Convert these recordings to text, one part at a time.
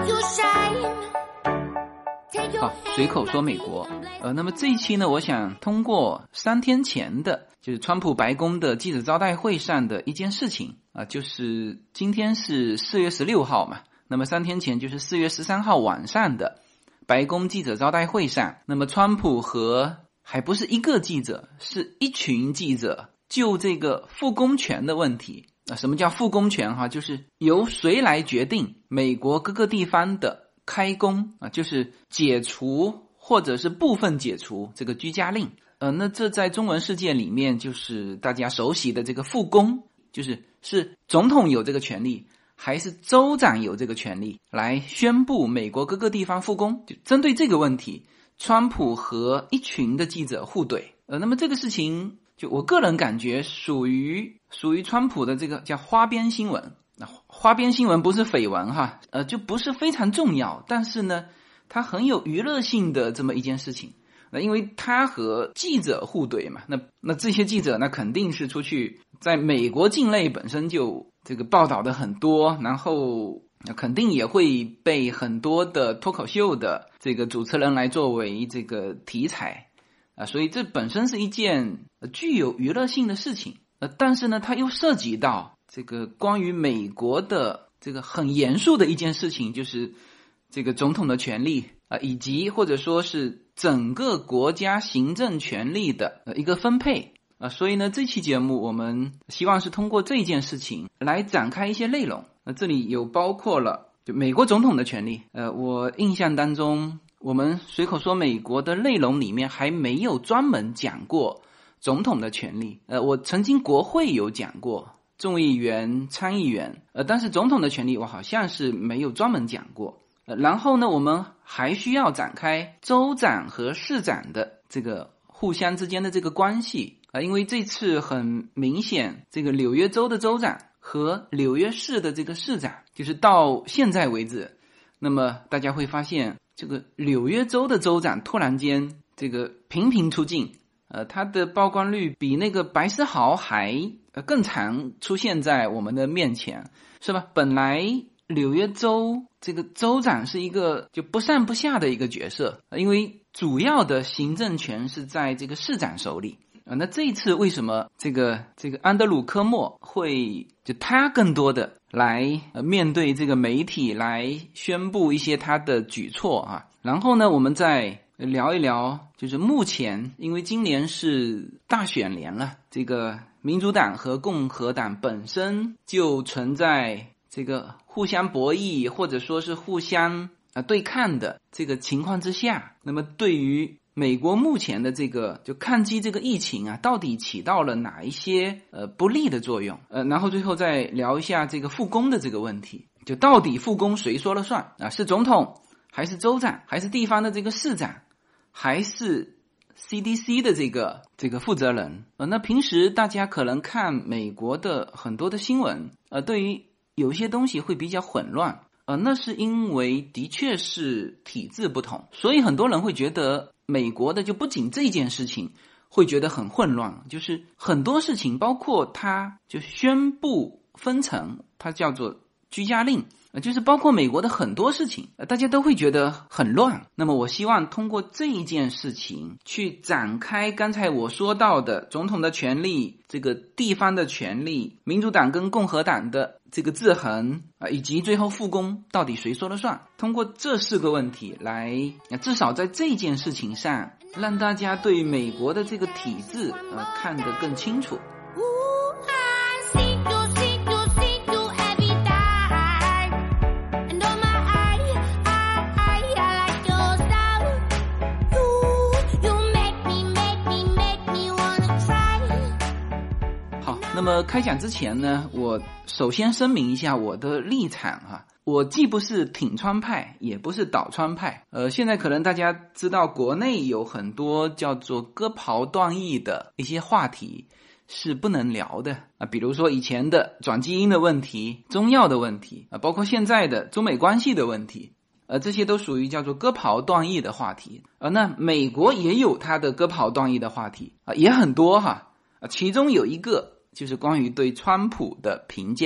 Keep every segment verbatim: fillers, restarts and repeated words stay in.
好，随口说美国。呃，那么这一期呢，我想通过三天前的，就是川普白宫的记者招待会上的一件事情啊、呃，就是今天是四月十六号嘛，那么三天前就是四月十三号晚上的白宫记者招待会上，那么川普和还不是一个记者，是一群记者就这个复工权的问题啊，什么叫复工权哈？就是由谁来决定美国各个地方的开工啊，就是解除或者是部分解除这个居家令。呃，那这在中文世界里面就是大家熟悉的这个复工，就是是总统有这个权利，还是州长有这个权利来宣布美国各个地方复工？就针对这个问题，川普和一群的记者互怼。呃，那么这个事情，就我个人感觉属于属于川普的这个叫花边新闻。那花边新闻不是绯闻哈，呃，就不是非常重要，但是呢，它很有娱乐性的这么一件事情。那因为他和记者互怼嘛，那那这些记者那肯定是出去在美国境内本身就这个报道的很多，然后肯定也会被很多的脱口秀的这个主持人来作为这个题材啊，所以这本身是一件具有娱乐性的事情。呃，但是呢，它又涉及到这个关于美国的这个很严肃的一件事情，就是这个总统的权利啊、呃，以及或者说是整个国家行政权力的呃一个分配啊、呃，所以呢，这期节目我们希望是通过这件事情来展开一些内容。那、呃、这里有包括了就美国总统的权利，呃，我印象当中，我们随口说美国的内容里面还没有专门讲过总统的权利。呃，我曾经国会有讲过。众议员、参议员，呃，但是总统的权利我好像是没有专门讲过。呃，然后呢，我们还需要展开州长和市长的这个互相之间的这个关系啊、呃，因为这次很明显，这个纽约州的州长和纽约市的这个市长，就是到现在为止，那么大家会发现，这个纽约州的州长突然间这个频频出镜。呃，它的曝光率比那个白思豪还呃更常出现在我们的面前，是吧？本来纽约州这个州长是一个就不上不下的一个角色，因为主要的行政权是在这个市长手里。呃，那这一次为什么这个这个安德鲁科莫会就他更多的来呃面对这个媒体来宣布一些他的举措啊？然后呢，我们再聊一聊，就是目前因为今年是大选年了，这个民主党和共和党本身就存在这个互相博弈或者说是互相啊对抗的这个情况之下，那么对于美国目前的这个就抗击这个疫情啊，到底起到了哪一些呃不利的作用？呃，然后最后再聊一下这个复工的这个问题，就到底复工谁说了算啊？是总统还是州长还是地方的这个市长？还是 C D C 的这个这个负责人？呃，那平时大家可能看美国的很多的新闻，呃，对于有些东西会比较混乱，呃，那是因为的确是体制不同，所以很多人会觉得美国的就不仅这件事情会觉得很混乱，就是很多事情，包括他就宣布分层，它叫做居家令。就是包括美国的很多事情，大家都会觉得很乱。那么我希望通过这一件事情去展开刚才我说到的总统的权利，这个地方的权利，民主党跟共和党的这个制衡啊，以及最后复工到底谁说了算。通过这四个问题来，至少在这件事情上，让大家对美国的这个体制呃看得更清楚。那么开讲之前呢，我首先声明一下我的立场哈，我既不是挺川派，也不是倒川派。呃，现在可能大家知道国内有很多叫做割袍断义的一些话题是不能聊的啊，比如说以前的转基因的问题、中药的问题啊，包括现在的中美关系的问题，呃，这些都属于叫做割袍断义的话题。呃，那美国也有它的割袍断义的话题啊，也很多哈。啊，其中有一个就是关于对川普的评价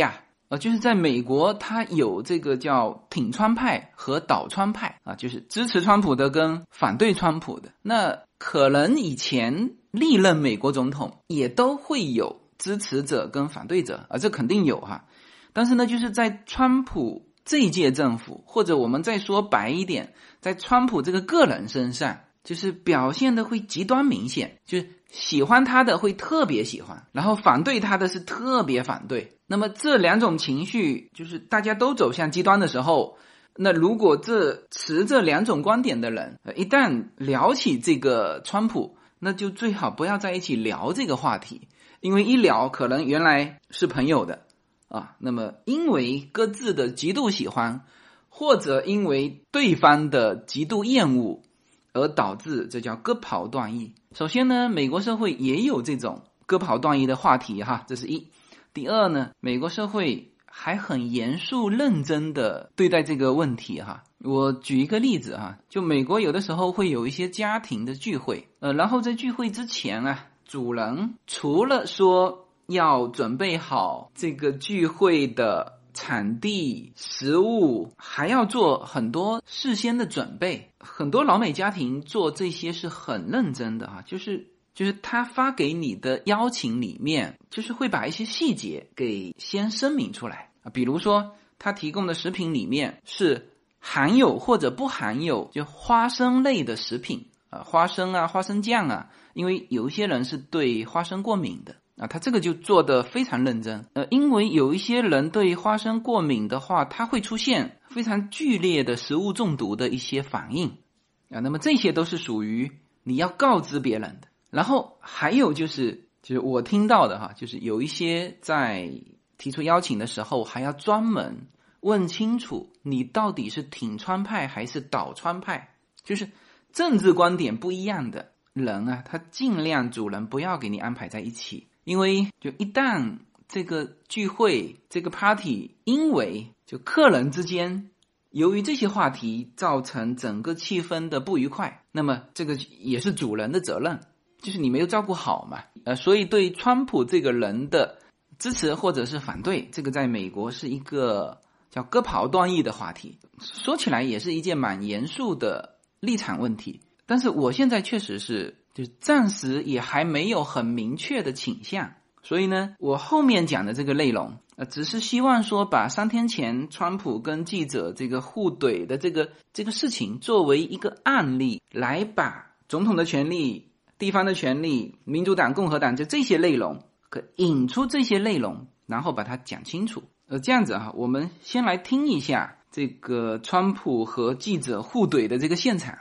呃，就是在美国，它有这个叫挺川派和倒川派啊，就是支持川普的跟反对川普的。那可能以前历任美国总统也都会有支持者跟反对者啊，这肯定有哈。但是呢，就是在川普这一届政府，或者我们再说白一点，在川普这个个人身上，就是表现的会极端明显，就是喜欢他的会特别喜欢，然后反对他的是特别反对。那么这两种情绪就是大家都走向极端的时候，那如果这持这两种观点的人一旦聊起这个川普，那就最好不要在一起聊这个话题，因为一聊可能原来是朋友的啊，那么因为各自的极度喜欢，或者因为对方的极度厌恶，而导致这叫割袍断义。首先呢，美国社会也有这种割袍断义的话题哈，这是一。第二呢，美国社会还很严肃认真的对待这个问题哈。我举一个例子哈，就美国有的时候会有一些家庭的聚会，呃，然后在聚会之前啊，主人除了说要准备好这个聚会的场地、食物，还要做很多事先的准备。很多老美家庭做这些是很认真的哈，就是就是他发给你的邀请里面，就是会把一些细节给先声明出来啊，比如说他提供的食品里面是含有或者不含有就花生类的食品啊，花生啊、花生酱啊，因为有一些人是对花生过敏的啊，他这个就做得非常认真。呃，因为有一些人对花生过敏的话，他会出现非常剧烈的食物中毒的一些反应啊，那么这些都是属于你要告知别人的。然后还有就是就是我听到的哈，就是有一些在提出邀请的时候还要专门问清楚你到底是挺川派还是倒川派，就是政治观点不一样的人啊，他尽量主人不要给你安排在一起，因为就一旦这个聚会这个 party 因为就客人之间由于这些话题造成整个气氛的不愉快，那么这个也是主人的责任，就是你没有照顾好嘛。呃，所以对川普这个人的支持或者是反对，这个在美国是一个叫割袍断义的话题，说起来也是一件蛮严肃的立场问题。但是我现在确实是就暂时也还没有很明确的倾向，所以呢，我后面讲的这个内容呃，只是希望说把三天前川普跟记者这个互怼的这个这个事情作为一个案例，来把总统的权利、地方的权利、民主党、共和党就这些内容可引出这些内容，然后把它讲清楚。呃，这样子哈，我们先来听一下这个川普和记者互怼的这个现场。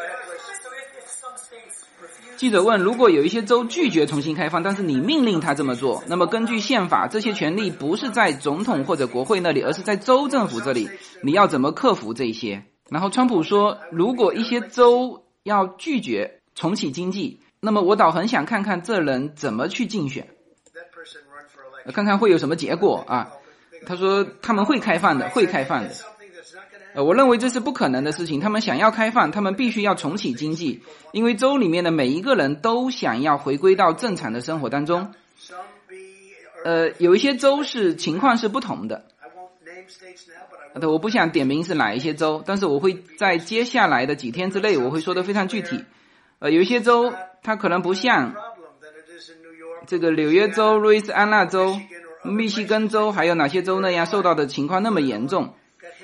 记者问，如果有一些州拒绝重新开放，但是你命令他这么做，那么根据宪法，这些权利不是在总统或者国会那里，而是在州政府这里，你要怎么克服这些？然后川普说，如果一些州要拒绝重启经济，那么我倒很想看看这人怎么去竞选，看看会有什么结果啊。他说他们会开放的，会开放的。呃，我认为这是不可能的事情，他们想要开放，他们必须要重启经济，因为州里面的每一个人都想要回归到正常的生活当中。呃，有一些州是情况是不同的，呃，我不想点名是哪一些州，但是我会在接下来的几天之内我会说得非常具体。呃，有一些州它可能不像这个纽约州、路易斯安那州、密西根州还有哪些州那样受到的情况那么严重。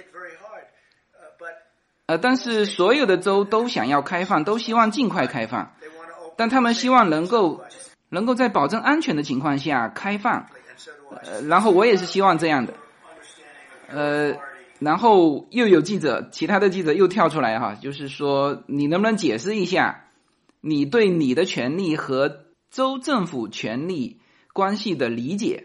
呃，但是所有的州都想要开放，都希望尽快开放，但他们希望能够能够在保证安全的情况下开放。呃，然后我也是希望这样的。呃，然后又有记者，其他的记者又跳出来哈，就是说你能不能解释一下你对你的权利和州政府权利关系的理解？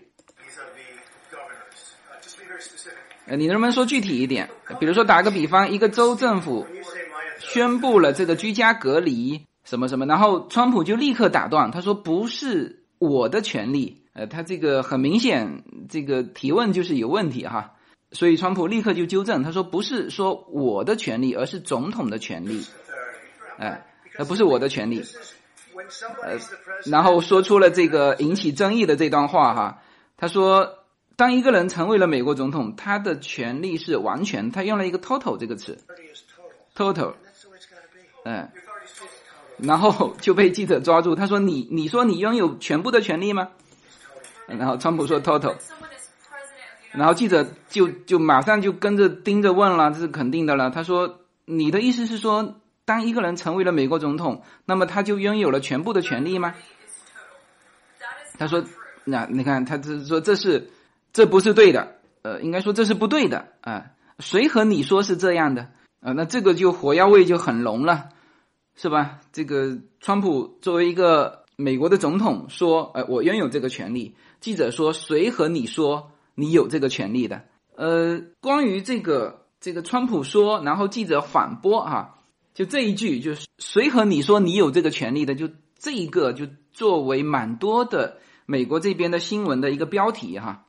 呃，你能不能说具体一点？比如说打个比方，一个州政府宣布了这个居家隔离什么什么，然后川普就立刻打断，他说不是我的权利。呃，他这个很明显这个提问就是有问题哈，所以川普立刻就纠正，他说不是说我的权利，而是总统的权利，哎，而不是我的权利。呃，然后说出了这个引起争议的这段话哈，他说当一个人成为了美国总统，他的权利是完全，他用了一个 total 这个词 total 嗯，然后就被记者抓住，他说你你说你拥有全部的权利吗？然后川普说 total， 然后记者就就马上就跟着盯着问了，这是肯定的了。他说你的意思是说，当一个人成为了美国总统，那么他就拥有了全部的权利吗？他说那你看他这说这是这不是对的，呃应该说这是不对的啊、呃，谁和你说是这样的啊、呃？那这个就火药味就很浓了，是吧？这个川普作为一个美国的总统说，呃我拥有这个权利，记者说谁和你说你有这个权利的？呃关于这个这个川普说，然后记者反驳啊，就这一句就是谁和你说你有这个权利的，就这一个就作为蛮多的美国这边的新闻的一个标题哈。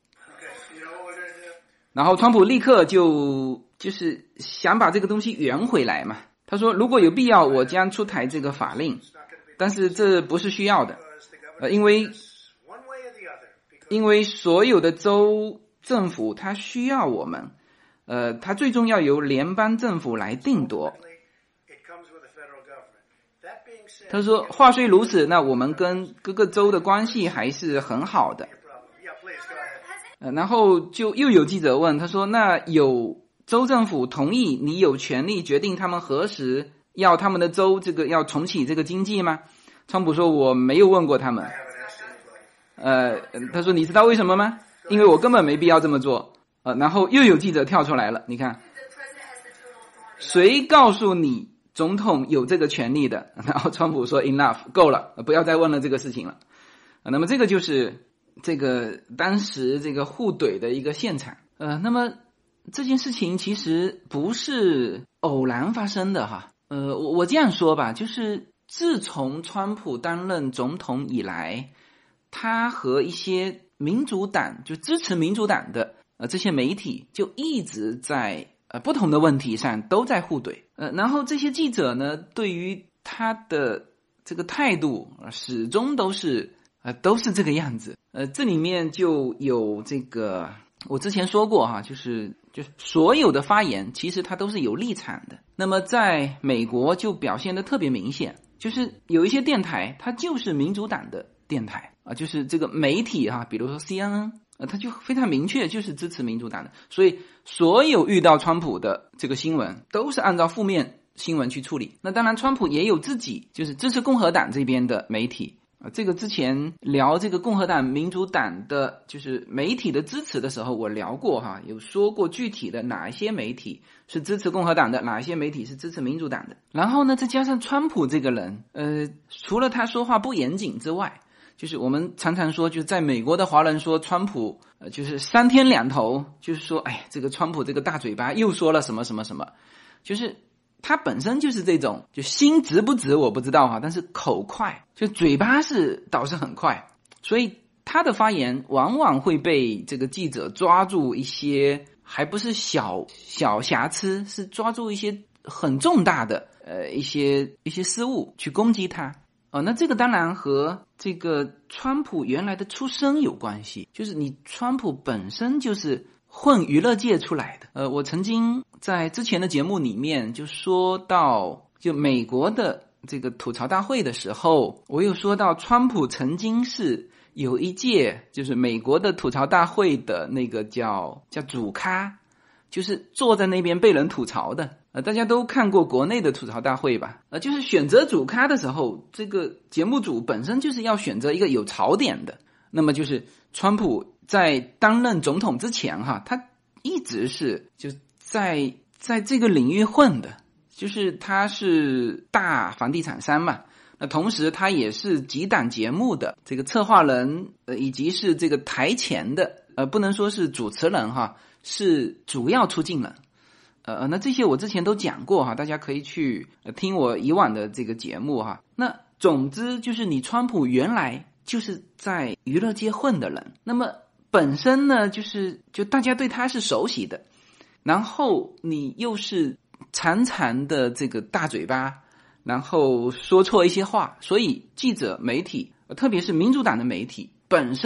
然后川普立刻就就是想把这个东西圆回来嘛，他说如果有必要我将出台这个法令，但是这不是需要的，呃因为因为所有的州政府它需要我们，呃它最终要由联邦政府来定夺。他说话虽如此，那我们跟各个州的关系还是很好的。呃、然后就又有记者问，他说那有州政府同意你有权利决定他们何时要他们的州这个要重启这个经济吗？川普说我没有问过他们。呃他说你知道为什么吗？因为我根本没必要这么做。呃然后又有记者跳出来了，你看谁告诉你总统有这个权利的？然后川普说 enough 够了，不要再问了这个事情了。那么这个就是这个当时这个互怼的一个现场。呃那么这件事情其实不是偶然发生的哈。呃我我这样说吧，就是自从川普担任总统以来，他和一些民主党就支持民主党的呃这些媒体就一直在呃，不同的问题上都在互怼，呃，然后这些记者呢，对于他的这个态度、呃、始终都是呃都是这个样子，呃，这里面就有这个我之前说过哈，就是就所有的发言其实它都是有立场的。那么在美国就表现得特别明显，就是有一些电台它就是民主党的电台啊，就是这个媒体哈，比如说 C N N。呃，他就非常明确，就是支持民主党的，所以所有遇到川普的这个新闻都是按照负面新闻去处理。那当然，川普也有自己就是支持共和党这边的媒体啊。这个之前聊这个共和党、民主党的就是媒体的支持的时候，我聊过哈，有说过具体的哪一些媒体是支持共和党的，哪一些媒体是支持民主党的。然后呢，再加上川普这个人，呃，除了他说话不严谨之外，就是我们常常说，就是在美国的华人说川普呃，就是三天两头，就是说哎，这个川普这个大嘴巴又说了什么什么什么，就是他本身就是这种，就心直不直我不知道哈，但是口快，就嘴巴是倒是很快，所以他的发言往往会被这个记者抓住一些还不是小小瑕疵，是抓住一些很重大的呃一些一些失误去攻击他。哦，那这个当然和这个川普原来的出身有关系，就是你川普本身就是混娱乐界出来的。呃，我曾经在之前的节目里面就说到，就美国的这个吐槽大会的时候，我有说到川普曾经是有一届就是美国的吐槽大会的那个叫叫主咖，就是坐在那边被人吐槽的。呃，大家都看过国内的吐槽大会吧？呃，就是选择主咖的时候，这个节目组本身就是要选择一个有槽点的。那么就是川普在担任总统之前哈，他一直是就在在这个领域混的，就是他是大房地产商嘛。那同时他也是几档节目的这个策划人，呃，以及是这个台前的，呃，不能说是主持人哈，是主要出镜人。呃，那这些我之前都讲过哈，大家可以去听我以往的这个节目哈。那总之就是你川普原来就是在娱乐界混的人，那么本身呢就是就大家对他是熟悉的，然后你又是长长的这个大嘴巴，然后说错一些话，所以记者媒体特别是民主党的媒体本身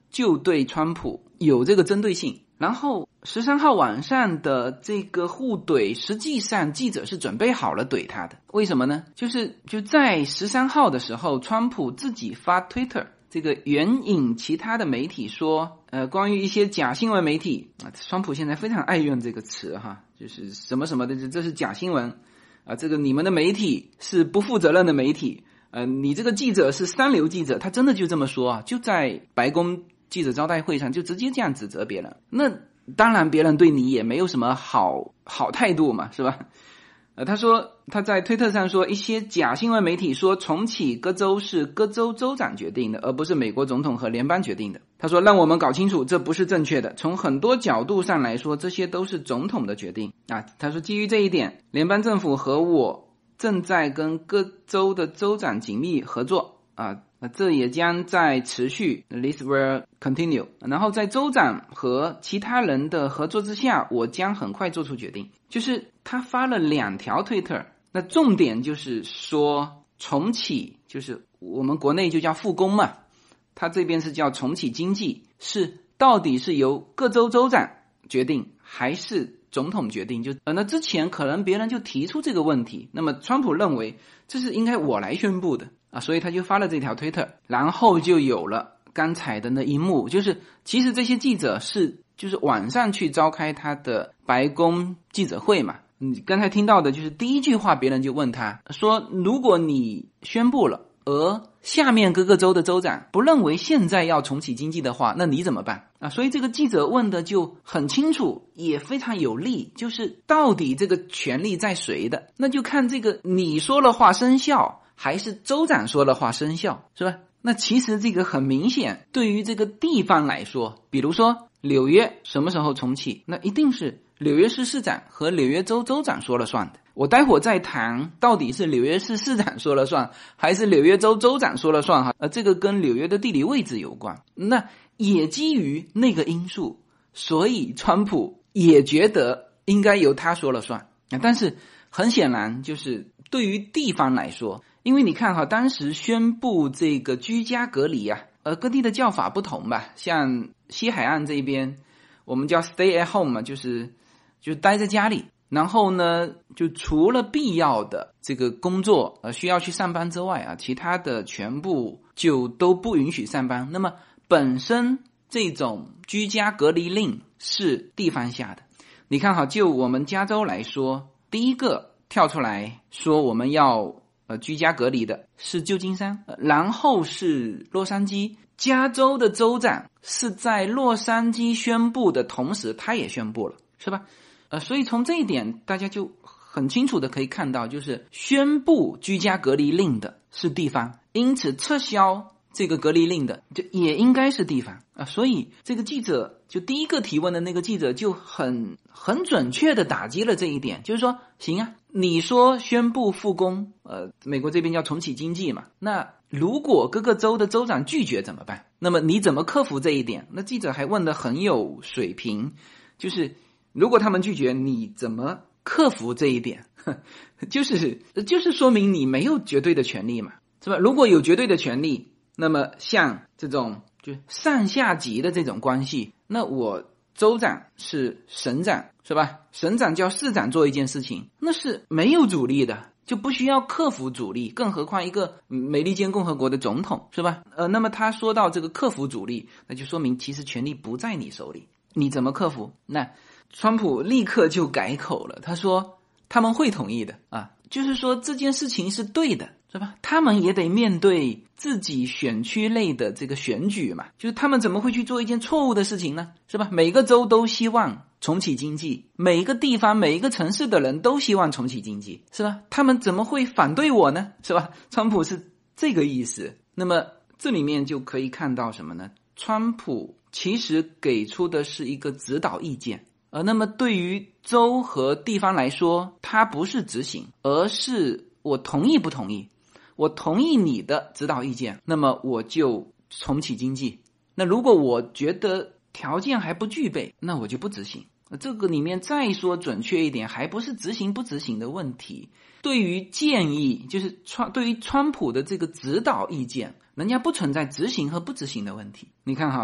就对川普有这个针对性。然后十三号晚上的这个互怼，实际上记者是准备好了怼他的。为什么呢？就是就在十三号的时候，川普自己发 Twitter， 这个援引其他的媒体说，呃，关于一些假新闻媒体啊，川普现在非常爱用这个词哈，就是什么什么的，这是假新闻啊，这个你们的媒体是不负责任的媒体，呃，你这个记者是三流记者，他真的就这么说啊，就在白宫记者招待会上就直接这样指责别人。那当然别人对你也没有什么好好态度嘛，是吧？呃，他说他在推特上说，一些假新闻媒体说重启各州是各州州长决定的，而不是美国总统和联邦决定的。他说让我们搞清楚，这不是正确的，从很多角度上来说，这些都是总统的决定啊。他说基于这一点，联邦政府和我正在跟各州的州长紧密合作啊，这也将在持续 ，this will continue。然后在州长和其他人的合作之下，我将很快做出决定。就是他发了两条 Twitter， 那重点就是说重启，就是我们国内就叫复工嘛，他这边是叫重启经济，是到底是由各州州长决定还是总统决定？就呃，那之前可能别人就提出这个问题，那么川普认为这是应该我来宣布的啊，所以他就发了这条推特，然后就有了刚才的那一幕，就是其实这些记者是就是晚上去召开他的白宫记者会嘛。你刚才听到的就是第一句话，别人就问他说，如果你宣布了，而下面各个州的州长不认为现在要重启经济的话，那你怎么办啊？所以这个记者问的就很清楚，也非常有力，就是到底这个权力在谁的，那就看这个你说了话生效还是州长说了话生效，是吧？那其实这个很明显，对于这个地方来说，比如说纽约什么时候重启，那一定是纽约市市长和纽约州州长说了算的。我待会儿再谈到底是纽约市市长说了算还是纽约州州长说了算哈，呃，这个跟纽约的地理位置有关。那也基于那个因素，所以川普也觉得应该由他说了算。但是很显然，就是对于地方来说，因为你看哈，当时宣布这个居家隔离啊，呃，各地的叫法不同吧。像西海岸这边，我们叫 stay at home 嘛，就是就待在家里。然后呢，就除了必要的这个工作呃需要去上班之外啊，其他的全部就都不允许上班。那么本身这种居家隔离令是地方下的。你看哈，就我们加州来说，第一个跳出来说我们要呃居家隔离的是旧金山，呃、然后是洛杉矶。加州的州长是在洛杉矶宣布的同时，他也宣布了，是吧？呃，所以从这一点大家就很清楚的可以看到，就是宣布居家隔离令的是地方，因此撤销这个隔离令的就也应该是地方啊。所以这个记者就第一个提问的那个记者就很很准确的打击了这一点，就是说行啊，你说宣布复工，呃，美国这边叫重启经济嘛，那如果各个州的州长拒绝怎么办？那么你怎么克服这一点？那记者还问得很有水平，就是如果他们拒绝，你怎么克服这一点？就是就是说明你没有绝对的权利嘛，是吧？如果有绝对的权利，那么像这种就上下级的这种关系，那我州长是省长，是吧？省长叫市长做一件事情，那是没有阻力的，就不需要克服阻力，更何况一个美利坚共和国的总统，是吧？呃，那么他说到这个克服阻力，那就说明其实权力不在你手里，你怎么克服？那川普立刻就改口了，他说他们会同意的啊，就是说这件事情是对的，是吧？他们也得面对自己选区内的这个选举嘛，就是他们怎么会去做一件错误的事情呢？是吧？每个州都希望重启经济，每一个地方每一个城市的人都希望重启经济，是吧？他们怎么会反对我呢？是吧？川普是这个意思。那么这里面就可以看到什么呢？川普其实给出的是一个指导意见，呃，那么对于州和地方来说，它不是执行，而是我同意不同意。我同意你的指导意见，那么我就重启经济。那如果我觉得条件还不具备，那我就不执行。这个里面再说准确一点，还不是执行不执行的问题。对于建议，就是川对于川普的这个指导意见，人家不存在执行和不执行的问题。你看哈，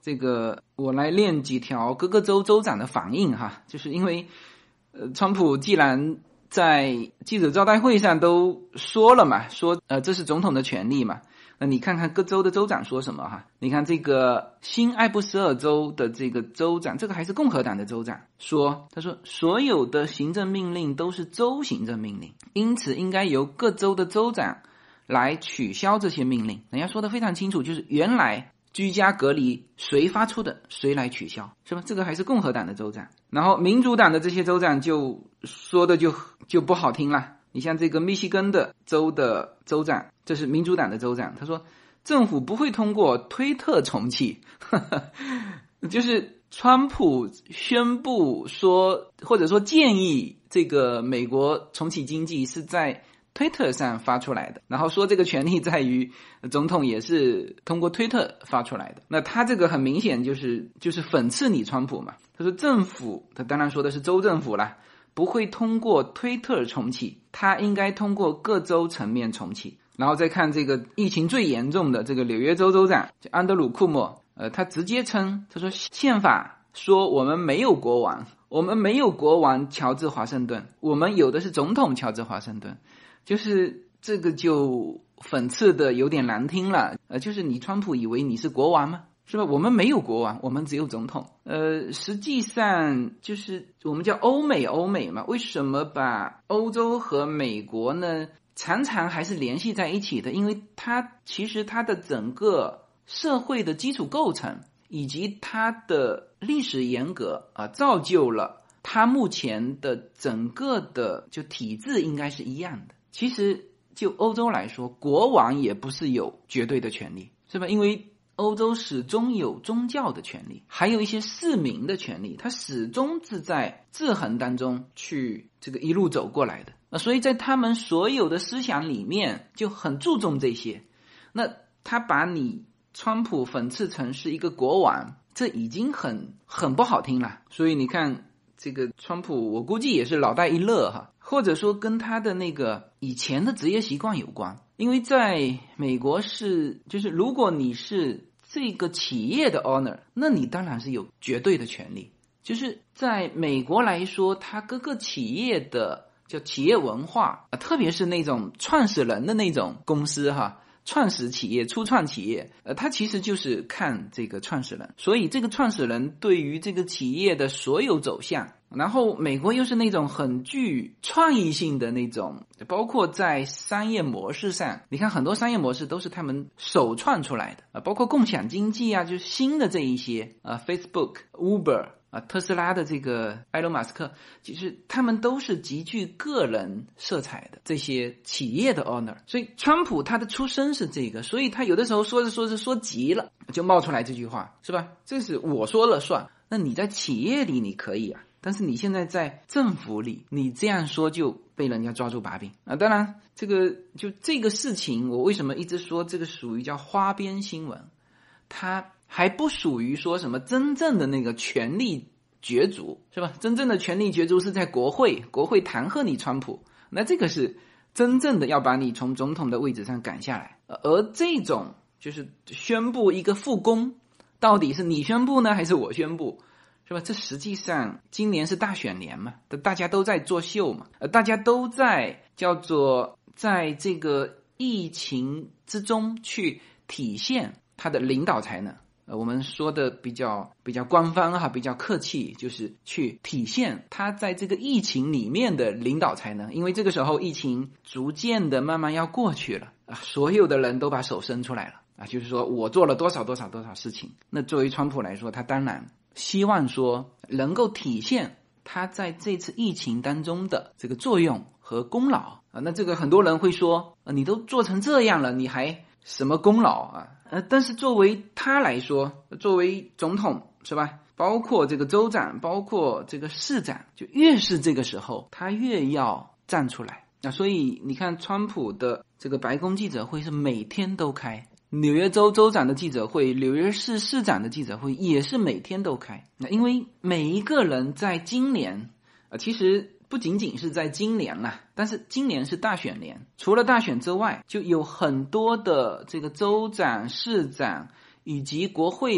这个我来念几条各个州州长的反应哈，就是因为呃，川普既然在记者招待会上都说了嘛，说呃这是总统的权利嘛，那你看看各州的州长说什么哈？你看这个新艾布斯尔州的这个州长，这个还是共和党的州长说，他说所有的行政命令都是州行政命令，因此应该由各州的州长来取消这些命令。人家说的非常清楚，就是原来居家隔离谁发出的谁来取消，是吧？这个还是共和党的州长。然后民主党的这些州长就说的就就不好听了。你像这个密西根的州的州长，这是民主党的州长，他说政府不会通过推特重启就是川普宣布说，或者说建议这个美国重启经济是在推特上发出来的，然后说这个权利在于总统也是通过推特发出来的。那他这个很明显就是就是讽刺你川普嘛。他说政府，他当然说的是州政府啦，不会通过推特重启，他应该通过各州层面重启。然后再看这个疫情最严重的这个纽约州州长安德鲁库莫，呃，他直接称，他说宪法说我们没有国王，我们没有国王乔治华盛顿，我们有的是总统乔治华盛顿。就是这个就讽刺的有点难听了，呃，就是你川普以为你是国王吗？是吧？我们没有国王，我们只有总统。呃，实际上就是我们叫欧美欧美嘛，为什么把欧洲和美国呢常常还是联系在一起的？因为它其实它的整个社会的基础构成以及它的历史沿革啊、呃，造就了它目前的整个的就体制应该是一样的。其实就欧洲来说，国王也不是有绝对的权利，是吧？因为欧洲始终有宗教的权利，还有一些市民的权利，它始终是在制衡当中去这个一路走过来的。那所以在他们所有的思想里面就很注重这些。那他把你川普讽刺成是一个国王，这已经很很不好听了。所以你看这个川普，我估计也是脑袋一乐哈，或者说跟他的那个以前的职业习惯有关。因为在美国是，就是如果你是这个企业的 owner， 那你当然是有绝对的权利。就是在美国来说，它各个企业的叫企业文化，特别是那种创始人的那种公司哈，创始企业、初创企业，呃，它其实就是看这个创始人，所以这个创始人对于这个企业的所有走向，然后美国又是那种很具创意性的那种，包括在商业模式上，你看很多商业模式都是他们首创出来的啊，包括共享经济啊，就是新的这一些啊 ，Facebook、Uber。啊，特斯拉的这个埃隆马斯克，其实他们都是极具个人色彩的这些企业的 owner， 所以川普他的出身是这个，所以他有的时候说着说着说急了，就冒出来这句话，是吧？这是我说了算。那你在企业里你可以啊，但是你现在在政府里，你这样说就被人家抓住把柄啊。当然，这个就这个事情，我为什么一直说这个属于叫花边新闻？它还不属于说什么真正的那个权力角逐，是吧？真正的权力角逐是在国会，国会弹劾你川普，那这个是真正的要把你从总统的位置上赶下来。而这种就是宣布一个复工，到底是你宣布呢，还是我宣布，是吧？这实际上今年是大选年嘛，大家都在作秀嘛，呃，大家都在叫做在这个疫情之中去体现他的领导才能。呃，我们说的比较比较官方哈，比较客气，就是去体现他在这个疫情里面的领导才能。因为这个时候疫情逐渐的慢慢要过去了啊，所有的人都把手伸出来了啊，就是说我做了多少多少多少事情。那作为川普来说，他当然希望说能够体现他在这次疫情当中的这个作用和功劳啊。那这个很多人会说，呃，你都做成这样了，你还什么功劳啊？呃，但是作为他来说，作为总统是吧？包括这个州长，包括这个市长，就越是这个时候，他越要站出来。那所以你看，川普的这个白宫记者会是每天都开，纽约州州长的记者会，纽约市市长的记者会也是每天都开。那因为每一个人在今年，呃，其实不仅仅是在今年啦，但是今年是大选年，除了大选之外，就有很多的这个州长、市长以及国会的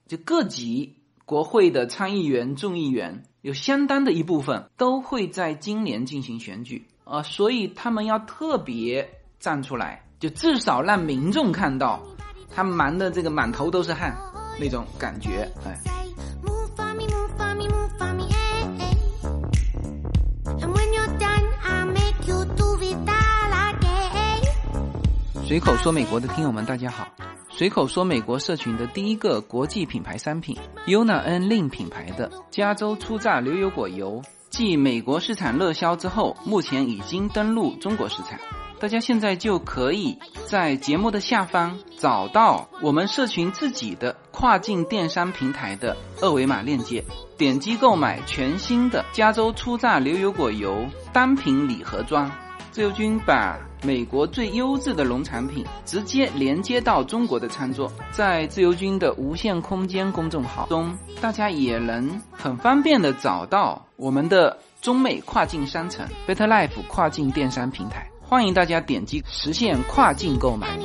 就各级国会的参议员、众议员有相当的一部分都会在今年进行选举啊、呃，所以他们要特别站出来，就至少让民众看到他们忙的这个满头都是汗那种感觉，哎。随口说美国的听友们大家好，随口说美国社群的第一个国际品牌商品 Yona and Lin 品牌的加州初榨牛油果油，继美国市场热销之后，目前已经登陆中国市场。大家现在就可以在节目的下方找到我们社群自己的跨境电商平台的二维码链接，点击购买全新的加州初榨牛油果油单品礼盒装。自由军把美国最优质的农产品直接连接到中国的餐桌，在自由军的无限空间公众号中，大家也能很方便的找到我们的中美跨境商城 Better Life 跨境电商平台，欢迎大家点击实现跨境购买。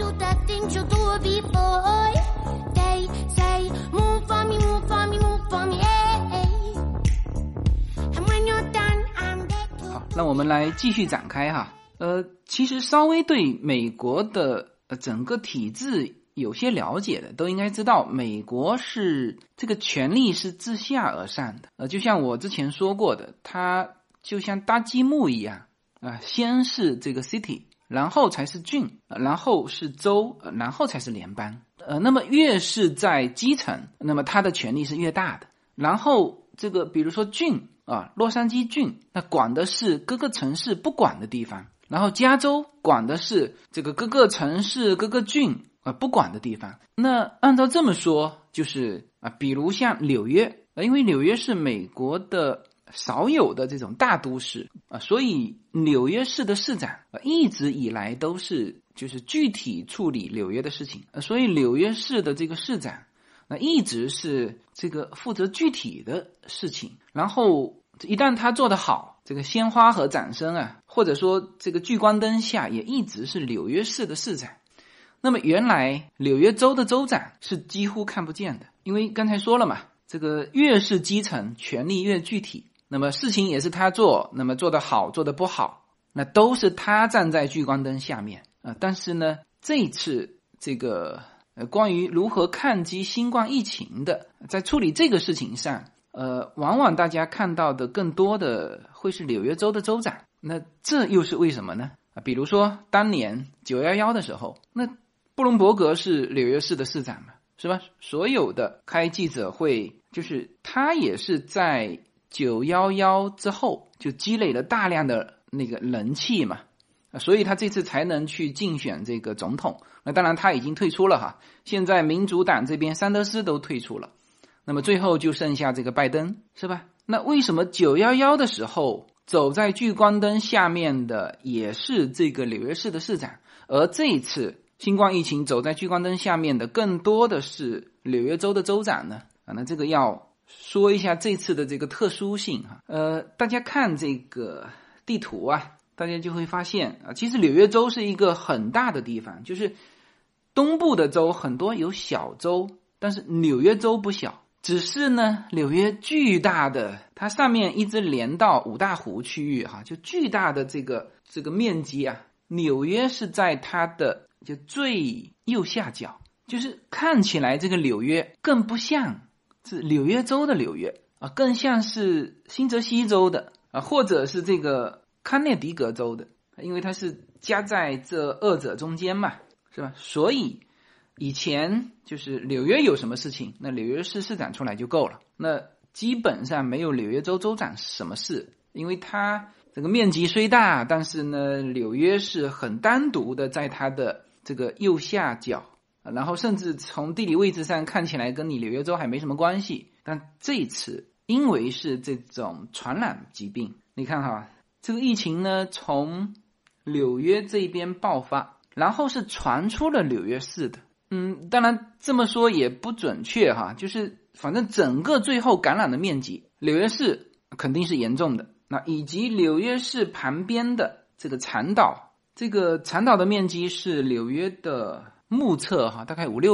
好，那我们来继续展开哈。呃，其实稍微对美国的、呃、整个体制有些了解的，都应该知道，美国是这个权力是自下而上的。呃，就像我之前说过的，它就像搭积木一样啊、呃，先是这个 city， 然后才是郡，呃、然后是州、呃，然后才是联邦。呃，那么越是在基层，那么它的权力是越大的。然后这个比如说郡啊，洛杉矶郡，那管的是各个城市不管的地方。然后加州管的是这个各个城市各个郡啊不管的地方。那按照这么说，就是啊，比如像纽约，因为纽约是美国的少有的这种大都市啊，所以纽约市的市长啊一直以来都是就是具体处理纽约的事情，所以纽约市的这个市长那一直是这个负责具体的事情。然后一旦他做得好，这个鲜花和掌声啊，或者说这个聚光灯下也一直是纽约市的市长。那么原来纽约州的州长是几乎看不见的，因为刚才说了嘛，这个越是基层权力越具体，那么事情也是他做，那么做得好做得不好，那都是他站在聚光灯下面啊。但是呢，这一次这个呃关于如何抗击新冠疫情的，在处理这个事情上，呃，往往大家看到的更多的会是纽约州的州长。那这又是为什么呢？啊，比如说当年九一一的时候，那布隆伯格是纽约市的市长嘛，是吧？所有的开记者会，就是他也是在九一一之后就积累了大量的那个人气嘛，所以他这次才能去竞选这个总统。那当然他已经退出了哈，现在民主党这边桑德斯都退出了。那么最后就剩下这个拜登，是吧？那为什么九一一的时候走在聚光灯下面的也是这个纽约市的市长，而这一次新冠疫情走在聚光灯下面的更多的是纽约州的州长呢？啊，那这个要说一下这次的这个特殊性哈。呃，大家看这个地图啊，大家就会发现啊，其实纽约州是一个很大的地方，就是东部的州很多有小州，但是纽约州不小。只是呢，纽约巨大的，它上面一直连到五大湖区域哈，就巨大的这个这个面积啊，纽约是在它的就最右下角，就是看起来这个纽约更不像是纽约州的纽约啊，更像是新泽西州的啊，或者是这个康涅狄格州的，因为它是夹在这二者中间嘛，是吧？所以以前就是纽约有什么事情，那纽约市市长出来就够了，那基本上没有纽约州州长什么事，因为它这个面积虽大，但是呢，纽约是很单独的在它的这个右下角，然后甚至从地理位置上看起来跟你纽约州还没什么关系。但这次因为是这种传染疾病，你看哈，这个疫情呢从纽约这边爆发，然后是传出了纽约市的。嗯，当然这么说也不准确哈，就是反正整个最后感染的面积，纽约市肯定是严重的，那以及纽约市旁边的这个长岛，这个长岛的面积是纽约的目测哈，大概五六倍。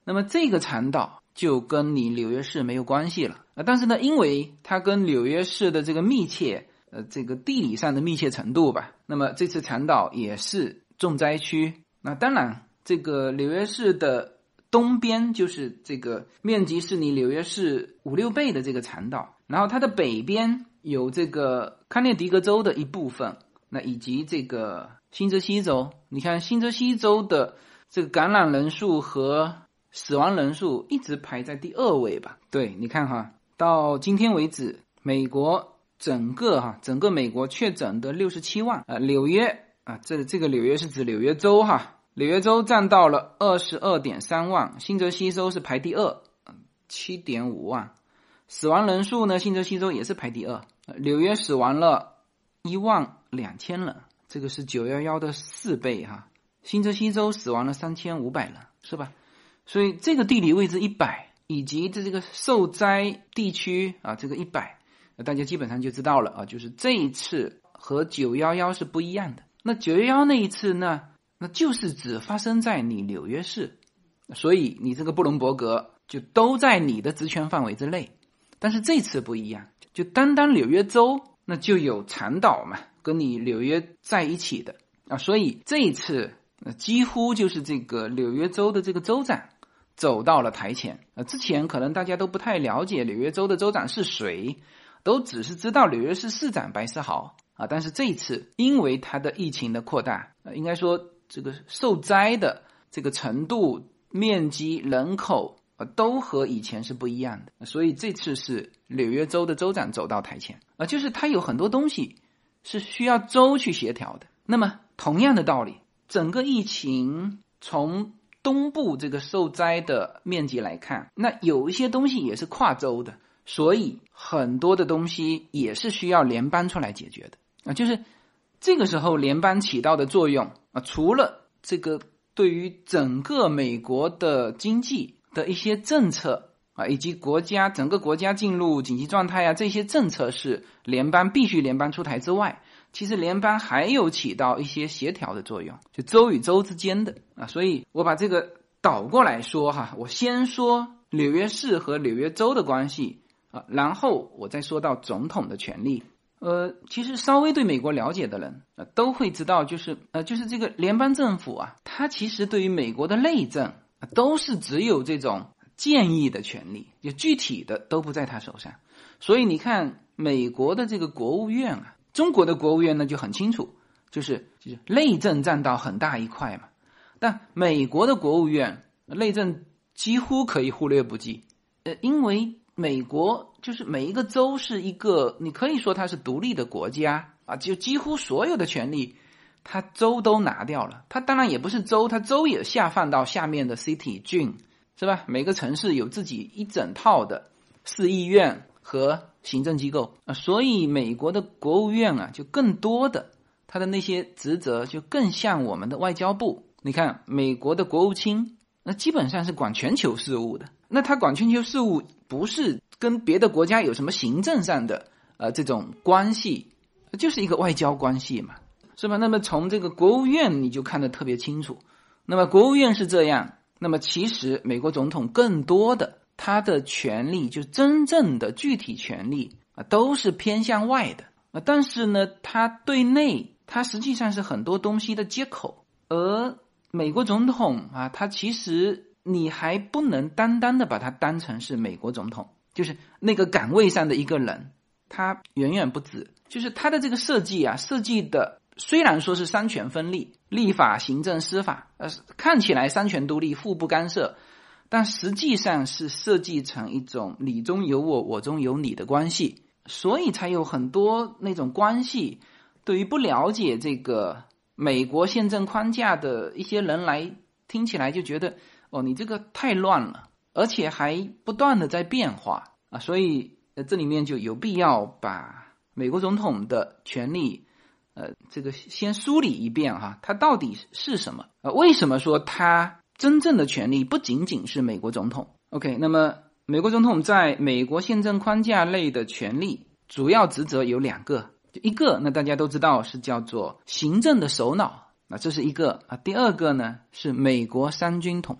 那么这个产岛就跟你纽约市没有关系了啊。但是呢，因为它跟纽约市的这个密切，呃，这个地理上的密切程度吧，那么这次产岛也是重灾区。那当然，这个纽约市的东边就是这个面积是你纽约市五六倍的这个产岛，然后它的北边有这个康涅狄格州的一部分，那以及这个新泽西州。你看新泽西州的这个感染人数和死亡人数一直排在第二位吧。对，你看哈，到今天为止，美国整个哈整个美国确诊的六十七万啊、呃，纽约啊，这这个纽约是指纽约州哈，纽约州占到了 二十二点三万，新泽西州是排第二 七点五万。死亡人数呢，新泽西州也是排第二，纽约死亡了一万两千人，这个是九一一的四倍哈。新泽西州死亡了三千五百人，是吧？所以这个地理位置一百，以及这个受灾地区啊，这个一百，大家基本上就知道了啊，就是这一次和九一一是不一样的。那九一一那一次呢，那就是只发生在你纽约市，所以你这个布伦伯格就都在你的职权范围之内。但是这次不一样，就单单纽约州那就有产岛嘛，跟你纽约在一起的啊，所以这一次几乎就是这个纽约州的这个州长走到了台前啊。之前可能大家都不太了解纽约州的州长是谁，都只是知道纽约市市长白思豪啊。但是这一次因为他的疫情的扩大，应该说这个受灾的这个程度、面积、人口都和以前是不一样的，所以这次是纽约州的州长走到台前啊，就是他有很多东西是需要州去协调的。那么同样的道理，整个疫情从东部这个受灾的面积来看，那有一些东西也是跨州的，所以很多的东西也是需要联邦出来解决的啊。就是这个时候联邦起到的作用啊，除了这个对于整个美国的经济的一些政策啊，以及国家整个国家进入紧急状态啊，这些政策是联邦必须联邦出台之外，其实联邦还有起到一些协调的作用，就州与州之间的啊。所以我把这个倒过来说哈，我先说纽约市和纽约州的关系啊，然后我再说到总统的权力。呃，其实稍微对美国了解的人啊，都会知道，就是呃，就是这个联邦政府啊，它其实对于美国的内政啊，都是只有这种建议的权利，就具体的都不在他手上。所以你看美国的这个国务院啊，中国的国务院呢就很清楚，就是就是内政占到很大一块嘛，但美国的国务院内政几乎可以忽略不计，呃，因为美国就是每一个州是一个，你可以说它是独立的国家啊，就几乎所有的权利它州都拿掉了。它当然也不是州，它州也下放到下面的 city 郡，是吧？每个城市有自己一整套的市议院和行政机构啊，所以美国的国务院啊，就更多的它的那些职责就更像我们的外交部。你看美国的国务卿，那基本上是管全球事务的，那他管全球事务不是跟别的国家有什么行政上的呃这种关系，就是一个外交关系嘛，是吧？那么从这个国务院你就看得特别清楚。那么国务院是这样，那么其实美国总统更多的他的权力，就真正的具体权力啊，都是偏向外的啊。但是呢，他对内他实际上是很多东西的接口，而美国总统啊，他其实你还不能单单的把他当成是美国总统，就是那个岗位上的一个人，他远远不止。就是他的这个设计啊，设计的虽然说是三权分立，立法、行政、司法，呃，看起来三权独立，互不干涉，但实际上是设计成一种你中有我，我中有你的关系，所以才有很多那种关系，对于不了解这个美国宪政框架的一些人来听起来就觉得，哦，你这个太乱了，而且还不断的在变化啊，所以呃这里面就有必要把美国总统的权力呃，这个先梳理一遍哈，他到底是什么？呃，为什么说他真正的权力不仅仅是美国总统 ？OK， 那么美国总统在美国宪政框架内的权力主要职责有两个，一个那大家都知道是叫做行政的首脑，那这是一个啊。第二个呢是美国三军统帅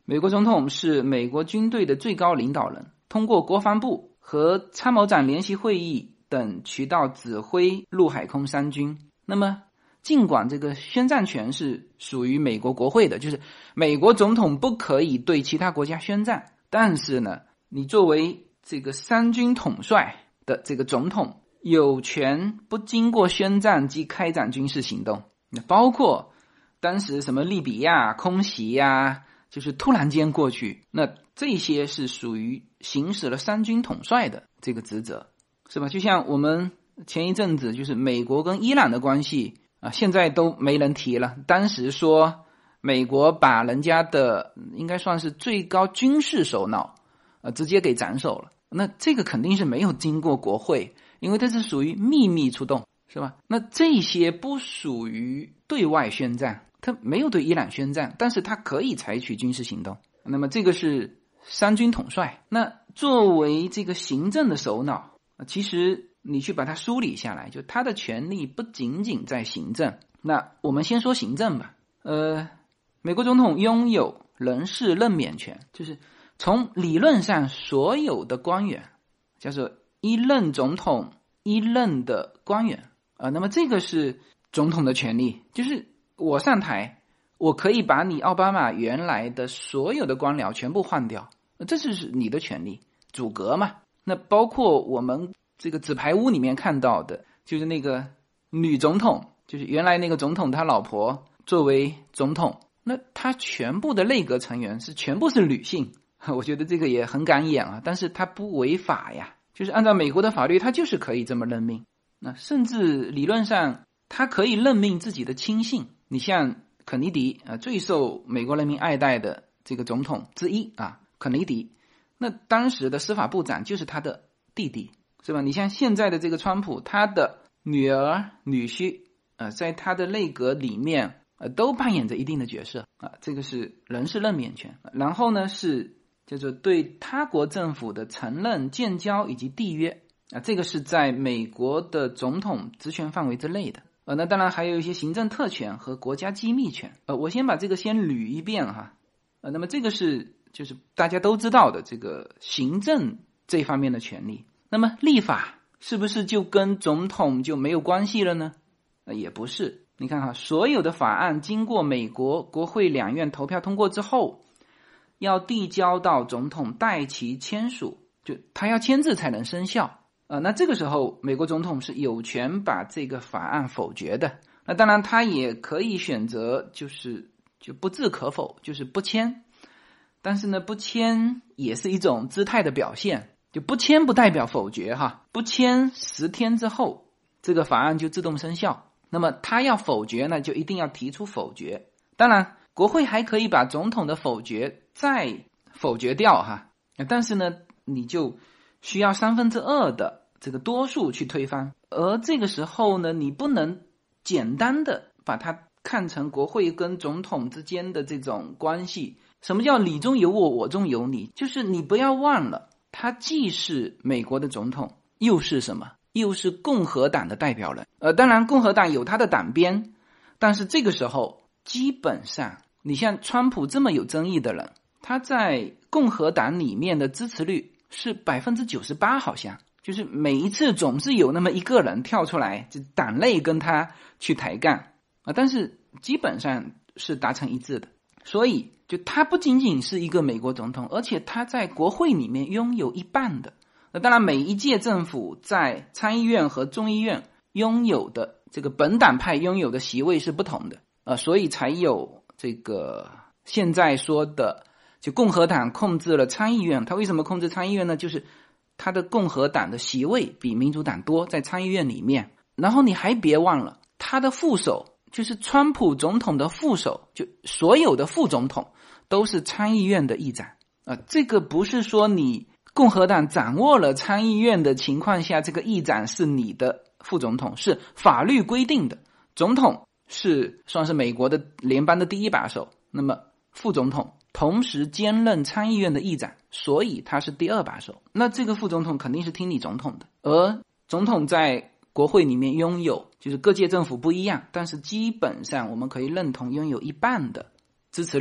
美国总统是美国军队的最高领导人，通过国防部和参谋长联席会议等渠道指挥陆海空三军。那么尽管这个宣战权是属于美国国会的，就是美国总统不可以对其他国家宣战，但是呢，你作为这个三军统帅的这个总统，有权不经过宣战即开展军事行动，包括当时什么利比亚空袭呀，就是突然间过去，那这些是属于行使了三军统帅的这个职责，是吧？就像我们前一阵子就是美国跟伊朗的关系啊，现在都没人提了。当时说美国把人家的应该算是最高军事首脑啊直接给斩首了，那这个肯定是没有经过国会，因为这是属于秘密出动，是吧？那这些不属于对外宣战，他没有对伊朗宣战，但是他可以采取军事行动。那么这个是三军统帅。那作为这个行政的首脑，其实你去把它梳理下来，就他的权力不仅仅在行政。那我们先说行政吧。呃，美国总统拥有人事任免权，就是从理论上所有的官员叫做一任总统一任的官员啊、呃，那么这个是总统的权利，就是我上台，我可以把你奥巴马原来的所有的官僚全部换掉，这是你的权利，组阁嘛。那包括我们这个纸牌屋里面看到的，就是那个女总统，就是原来那个总统他老婆作为总统，那他全部的内阁成员是全部是女性，我觉得这个也很敢演啊，但是他不违法呀，就是按照美国的法律，他就是可以这么任命。那甚至理论上他可以任命自己的亲信，你像肯尼迪啊，最受美国人民爱戴的这个总统之一啊，肯尼迪，那当时的司法部长就是他的弟弟，是吧？你像现在的这个川普，他的女儿女婿呃，在他的内阁里面呃，都扮演着一定的角色啊，这个是人事任免权。然后呢是叫做对他国政府的承认、建交以及缔约啊，这个是在美国的总统职权范围之内的。呃，那当然还有一些行政特权和国家机密权。呃，我先把这个先捋一遍哈。呃，那么这个是就是大家都知道的这个行政这方面的权利。那么立法是不是就跟总统就没有关系了呢？呃，也不是。你看哈，所有的法案经过美国国会两院投票通过之后，要递交到总统代其签署，就他要签字才能生效。呃，那这个时候美国总统是有权把这个法案否决的。那当然他也可以选择就是就不置可否，就是不签。但是呢，不签也是一种姿态的表现，就不签不代表否决哈，不签十天之后这个法案就自动生效。那么他要否决呢，就一定要提出否决。当然国会还可以把总统的否决再否决掉哈，但是呢你就需要三分之二的这个多数去推翻。而这个时候呢，你不能简单的把它看成国会跟总统之间的这种关系。什么叫你中有我，我中有你？就是你不要忘了，他既是美国的总统，又是什么？又是共和党的代表人。呃，当然共和党有他的党鞭，但是这个时候基本上你像川普这么有争议的人，他在共和党里面的支持率是 百分之九十八， 好像就是每一次总是有那么一个人跳出来，就党内跟他去抬杠啊，但是基本上是达成一致的。所以就他不仅仅是一个美国总统，而且他在国会里面拥有一半的。那当然每一届政府在参议院和众议院拥有的这个本党派拥有的席位是不同的，呃，所以才有这个现在说的就共和党控制了参议院。他为什么控制参议院呢？就是他的共和党的席位比民主党多，在参议院里面。然后你还别忘了他的副手，就是川普总统的副手，就所有的副总统都是参议院的议长啊、呃，这个不是说你共和党掌握了参议院的情况下，这个议长是你的副总统，是法律规定的。总统是算是美国的联邦的第一把手，那么副总统同时兼任参议院的议长，所以他是第二把手。那这个副总统肯定是听你总统的。而总统在国会里面拥有，就是各届政府不一样，但是基本上我们可以认同拥有一半的支持率。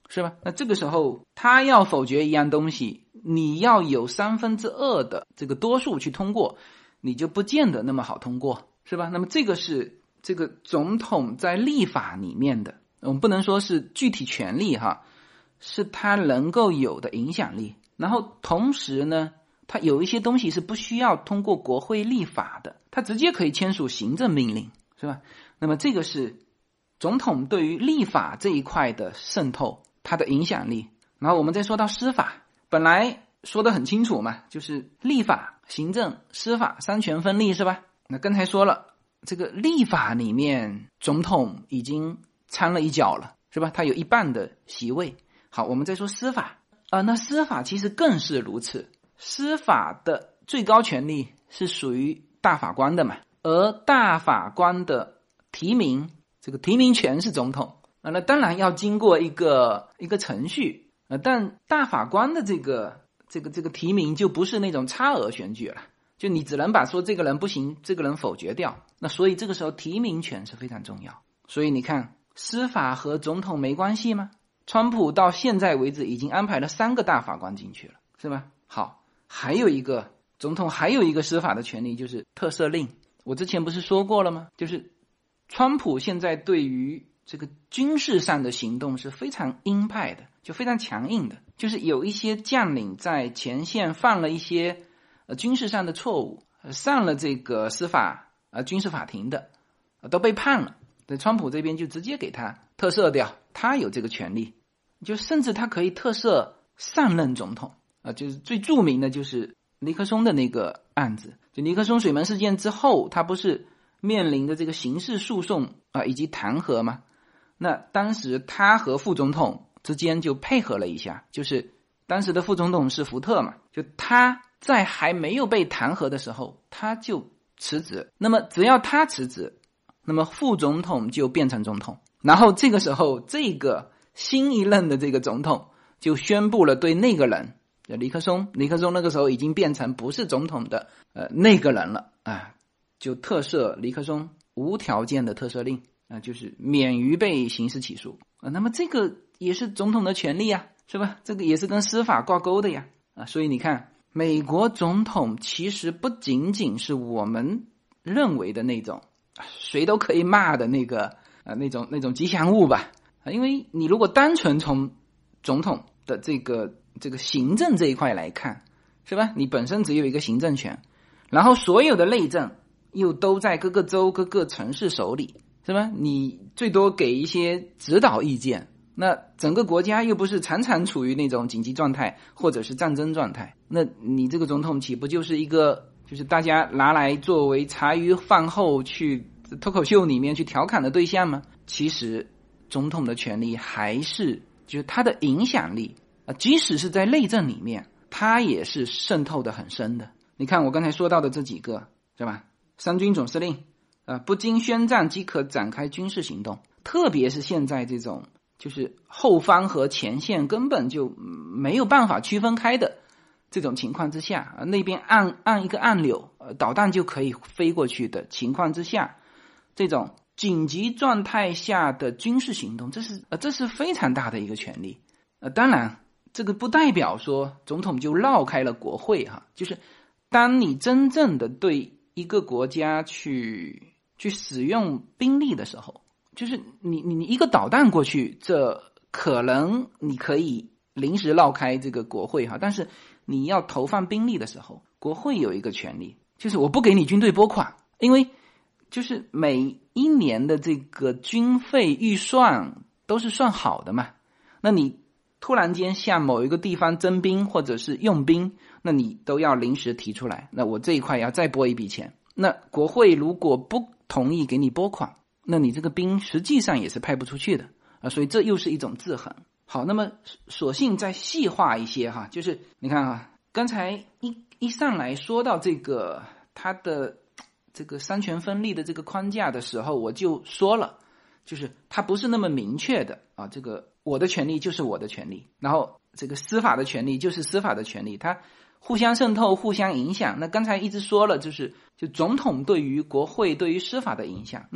是吧？那这个时候他要否决一样东西，你要有三分之二的这个多数去通过，你就不见得那么好通过，是吧？那么这个是这个总统在立法里面的，我们不能说是具体权利哈，是他能够有的影响力。然后同时呢，他有一些东西是不需要通过国会立法的，他直接可以签署行政命令，是吧？那么这个是总统对于立法这一块的渗透，它的影响力。然后我们再说到司法，本来说得很清楚嘛，就是立法、行政、司法三权分立，是吧？那刚才说了，这个立法里面总统已经掺了一脚了，是吧？他有一半的席位。好，我们再说司法啊、呃，那司法其实更是如此，司法的最高权力是属于大法官的嘛，而大法官的提名，这个提名权是总统啊，那当然要经过一个一个程序啊，但大法官的这个这个这个提名就不是那种差额选举了，就你只能把说这个人不行，这个人否决掉。那所以这个时候提名权是非常重要。所以你看，司法和总统没关系吗？川普到现在为止已经安排了三个大法官进去了，是吧？好，还有一个总统还有一个司法的权利，就是特赦令。我之前不是说过了吗？就是川普现在对于这个军事上的行动是非常鹰派的，就非常强硬的，就是有一些将领在前线犯了一些呃军事上的错误，呃上了这个司法呃军事法庭的，呃都被判了，对，川普这边就直接给他特赦掉，他有这个权利，就甚至他可以特赦上任总统啊、呃，就是最著名的就是尼克松的那个案子，就尼克松水门事件之后，他不是面临的这个刑事诉讼啊、呃、以及弹劾吗？那当时他和副总统之间就配合了一下，就是当时的副总统是福特嘛，就他在还没有被弹劾的时候他就辞职，那么只要他辞职，那么副总统就变成总统，然后这个时候这个新一任的这个总统就宣布了对那个人尼克松，尼克松那个时候已经变成不是总统的呃那个人了啊，就特赦尼克松无条件的特赦令啊，就是免于被刑事起诉啊。那么这个也是总统的权利啊，是吧？这个也是跟司法挂钩的呀啊。所以你看，美国总统其实不仅仅是我们认为的那种谁都可以骂的那个啊那种那种吉祥物吧啊，因为你如果单纯从总统的这个这个行政这一块来看，是吧？你本身只有一个行政权，然后所有的内政又都在各个州各个城市手里，是吧？你最多给一些指导意见，那整个国家又不是常常处于那种紧急状态或者是战争状态，那你这个总统岂不就是一个就是大家拿来作为茶余饭后去脱口秀里面去调侃的对象吗？其实总统的权力还是就是他的影响力啊，即使是在内政里面他也是渗透的很深的。你看我刚才说到的这几个，是吧？三军总司令啊，不经宣战即可展开军事行动，特别是现在这种就是后方和前线根本就没有办法区分开的这种情况之下，那边按按一个按钮，呃，导弹就可以飞过去的情况之下，这种紧急状态下的军事行动，这是呃这是非常大的一个权利。呃，当然这个不代表说总统就绕开了国会哈，就是当你真正的对一个国家去去使用兵力的时候，就是你你你一个导弹过去，这可能你可以临时绕开这个国会哈，但是你要投放兵力的时候，国会有一个权利，就是我不给你军队拨款，因为就是每一年的这个军费预算都是算好的嘛，那你突然间向某一个地方征兵或者是用兵，那你都要临时提出来，那我这一块要再拨一笔钱，那国会如果不同意给你拨款，那你这个兵实际上也是派不出去的啊，所以这又是一种制衡。好，那么索性再细化一些哈，就是你看啊，刚才一一上来说到这个它的这个三权分立的这个框架的时候，我就说了，就是它不是那么明确的啊，这个我的权利就是我的权利，然后这个司法的权利就是司法的权利，它互相渗透互相影响。那刚才一直说了，就是就总统对于国会对于司法的影响，那么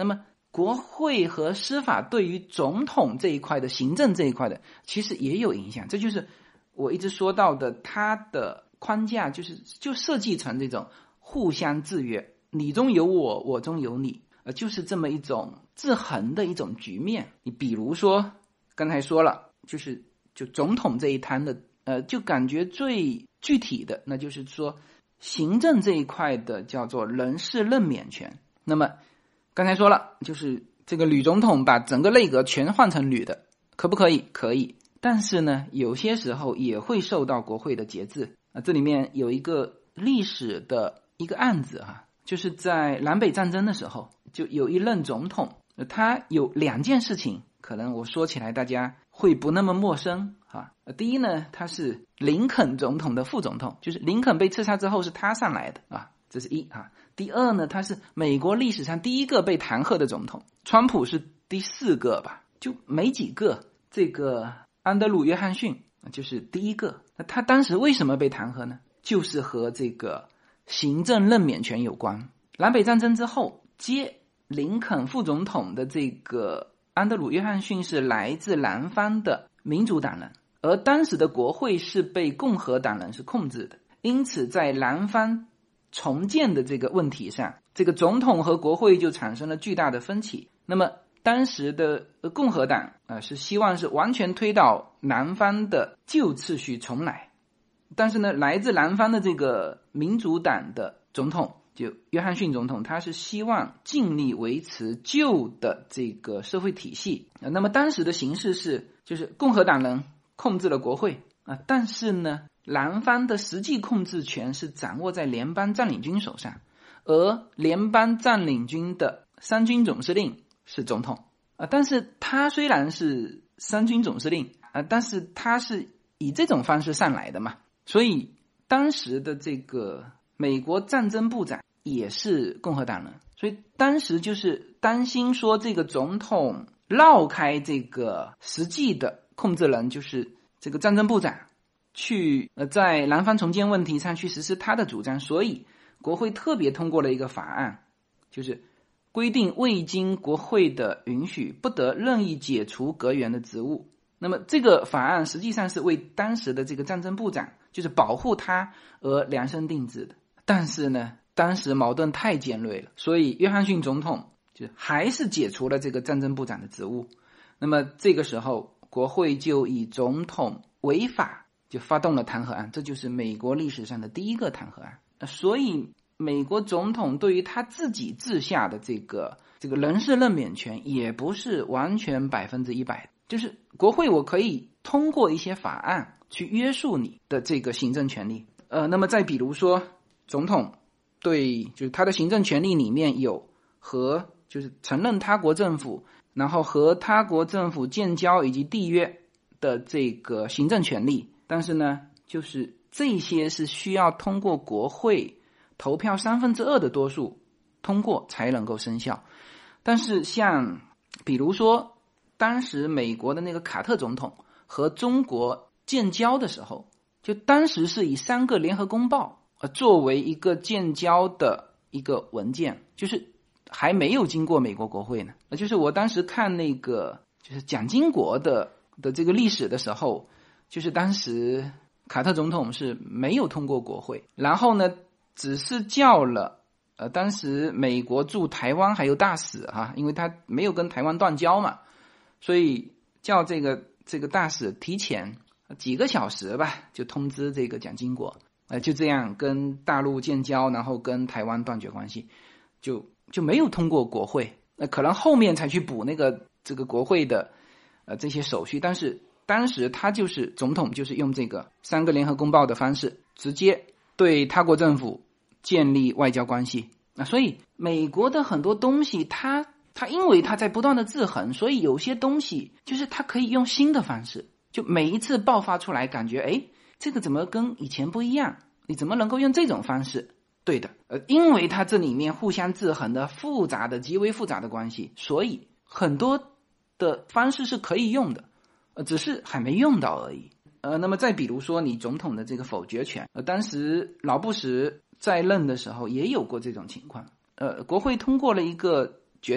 国会和司法对于总统这一块的行政这一块的其实也有影响，这就是我一直说到的，它的框架就是就设计成这种互相制约，你中有我，我中有你，呃，就是这么一种制衡的一种局面。你比如说刚才说了，就是就总统这一摊的，呃，就感觉最具体的，那就是说行政这一块的叫做人事任免权。那么刚才说了，就是这个女总统把整个内阁全换成女的，可不可以？可以。但是呢，有些时候也会受到国会的节制啊。这里面有一个历史的一个案子啊，就是在南北战争的时候，就有一任总统，他有两件事情，可能我说起来大家会不那么陌生啊。第一呢，他是林肯总统的副总统，就是林肯被刺杀之后是他上来的啊，这是一啊。第二呢，他是美国历史上第一个被弹劾的总统，川普是第四个吧，就没几个。这个安德鲁·约翰逊就是第一个。那他当时为什么被弹劾呢？就是和这个行政任免权有关。南北战争之后，接林肯副总统的这个安德鲁·约翰逊是来自南方的民主党人，而当时的国会是被共和党人是控制的，因此在南方重建的这个问题上，这个总统和国会就产生了巨大的分歧。那么当时的共和党呃是希望是完全推倒南方的旧秩序重来，但是呢，来自南方的这个民主党的总统就约翰逊总统，他是希望尽力维持旧的这个社会体系。那么当时的形势是，就是共和党人控制了国会啊，但是呢，南方的实际控制权是掌握在联邦占领军手上，而联邦占领军的三军总司令是总统啊。但是他虽然是三军总司令啊，但是他是以这种方式上来的嘛，所以当时的这个美国战争部长也是共和党人，所以当时就是担心说这个总统绕开这个实际的控制人，就是这个战争部长，去呃在南方重建问题上去实施他的主张，所以国会特别通过了一个法案，就是规定未经国会的允许不得任意解除阁员的职务。那么这个法案实际上是为当时的这个战争部长，就是保护他而量身定制的。但是呢，当时矛盾太尖锐了，所以约翰逊总统就还是解除了这个战争部长的职务。那么这个时候国会就以总统违法就发动了弹劾案，这就是美国历史上的第一个弹劾案。所以美国总统对于他自己治下的这个这个人事任免权也不是完全百分之一百，就是国会我可以通过一些法案去约束你的这个行政权利。呃，那么再比如说总统对就是他的行政权利里面有和就是承认他国政府，然后和他国政府建交以及缔约的这个行政权利，但是呢，就是这些是需要通过国会投票三分之二的多数通过才能够生效。但是像比如说当时美国的那个卡特总统和中国建交的时候，就当时是以三个联合公报呃作为一个建交的一个文件，就是还没有经过美国国会呢。就是我当时看那个就是蒋经国的的这个历史的时候，就是当时卡特总统是没有通过国会，然后呢只是叫了呃当时美国驻台湾还有大使哈，因为他没有跟台湾断交嘛，所以叫这个这个大使提前几个小时吧就通知这个蒋经国，呃就这样跟大陆建交，然后跟台湾断绝关系，就就没有通过国会。呃可能后面才去补那个这个国会的呃这些手续，但是当时他就是总统就是用这个三个联合公报的方式直接对他国政府建立外交关系。那所以美国的很多东西它它因为它在不断的制衡，所以有些东西就是它可以用新的方式，就每一次爆发出来感觉诶这个怎么跟以前不一样，你怎么能够用这种方式？对的，呃，因为它这里面互相制衡的复杂的极为复杂的关系，所以很多的方式是可以用的，呃，只是还没用到而已。呃，那么再比如说你总统的这个否决权，呃，当时老布什在任的时候也有过这种情况，呃，国会通过了一个决定，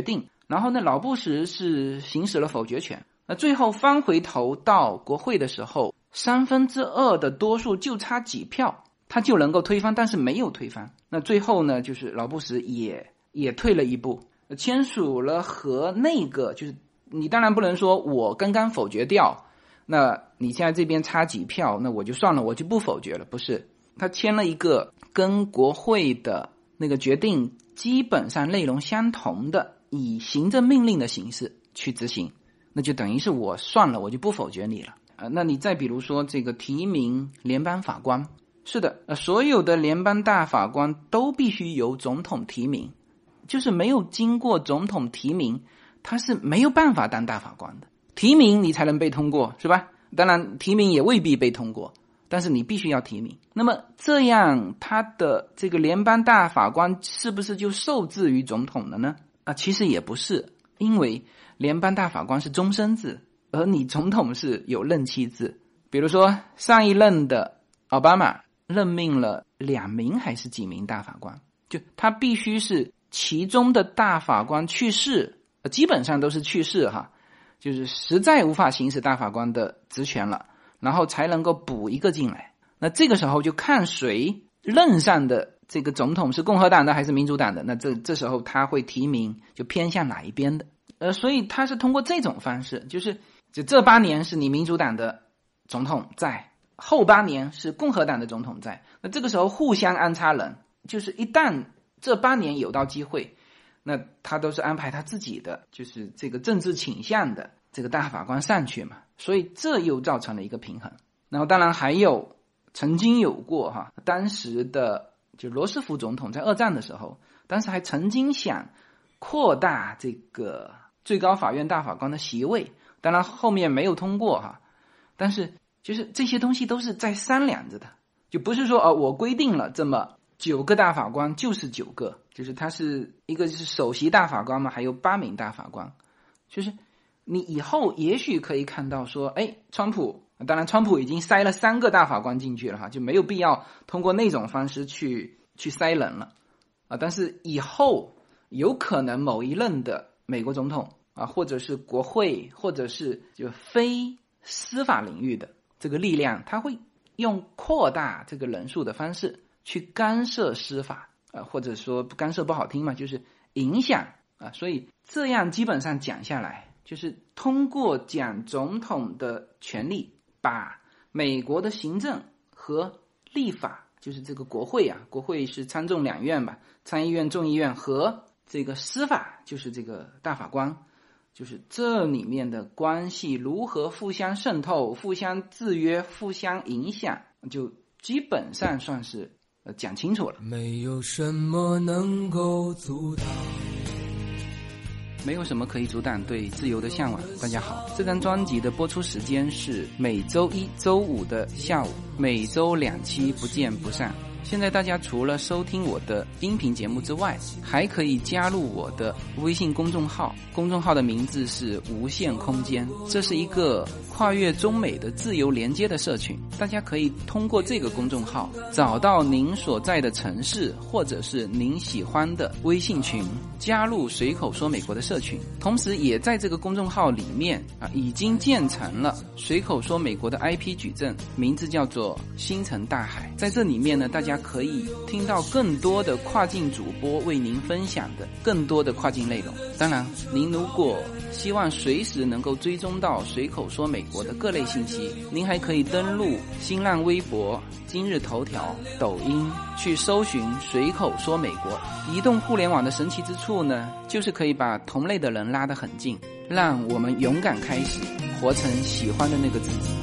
然后呢，老布什是行使了否决权。那最后翻回头到国会的时候，三分之二的多数就差几票，他就能够推翻，但是没有推翻。那最后呢，就是老布什也也退了一步，签署了和那个就是你当然不能说我刚刚否决掉，那你现在这边差几票，那我就算了，我就不否决了，不是，他签了一个跟国会的那个决定基本上内容相同的，以行政命令的形式去执行，那就等于是我算了，我就不否决你了。呃，那你再比如说这个提名联邦法官，是的，呃，所有的联邦大法官都必须由总统提名，就是没有经过总统提名，他是没有办法当大法官的。提名你才能被通过，是吧？当然提名也未必被通过，但是你必须要提名。那么这样他的这个联邦大法官是不是就受制于总统了呢？啊，其实也不是，因为联邦大法官是终身制，而你总统是有任期制。比如说上一任的奥巴马任命了两名还是几名大法官，就他必须是其中的大法官去世，基本上都是去世哈，就是实在无法行使大法官的职权了，然后才能够补一个进来。那这个时候就看谁任上的这个总统是共和党的还是民主党的，那这这时候他会提名就偏向哪一边的。呃，所以他是通过这种方式，就是就这八年是你民主党的总统在，后八年是共和党的总统在，那这个时候互相安插人，就是一旦这八年有到机会，那他都是安排他自己的就是这个政治倾向的这个大法官上去嘛，所以这又造成了一个平衡。然后当然还有曾经有过哈，当时的就罗斯福总统在二战的时候，当时还曾经想扩大这个最高法院大法官的席位，当然后面没有通过哈，但是就是这些东西都是在商量着的，就不是说哦，我规定了这么九个大法官就是九个，就是他是一个就是首席大法官嘛，还有八名大法官，就是你以后也许可以看到说，哎，川普，当然川普已经塞了三个大法官进去了哈，就没有必要通过那种方式去去塞人了啊。但是以后有可能某一任的美国总统啊，或者是国会，或者是就非司法领域的这个力量，他会用扩大这个人数的方式去干涉司法啊，或者说干涉不好听嘛，就是影响啊。所以这样基本上讲下来，就是通过讲总统的权力，把美国的行政和立法，就是这个国会啊，国会是参众两院吧，参议院、众议院和这个司法，就是这个大法官，就是这里面的关系如何互相渗透、互相制约、互相影响，就基本上算是呃讲清楚了。 没有什么能够阻挡， 没有什么可以阻挡对自由的向往。大家好，这张专辑的播出时间是每周一、周五的下午，每周两期，不见不散。现在大家除了收听我的音频节目之外，还可以加入我的微信公众号，公众号的名字是无限空间，这是一个跨越中美的自由连接的社群，大家可以通过这个公众号找到您所在的城市或者是您喜欢的微信群，加入随口说美国的社群。同时也在这个公众号里面啊，已经建成了随口说美国的 I P 矩阵，名字叫做星辰大海。在这里面呢，大家可以听到更多的跨境主播为您分享的更多的跨境内容。当然您如果希望随时能够追踪到随口说美国的各类信息，您还可以登录新浪微博、今日头条、抖音去搜寻随口说美国。移动互联网的神奇之处呢，就是可以把同类的人拉得很近，让我们勇敢开始活成喜欢的那个自己。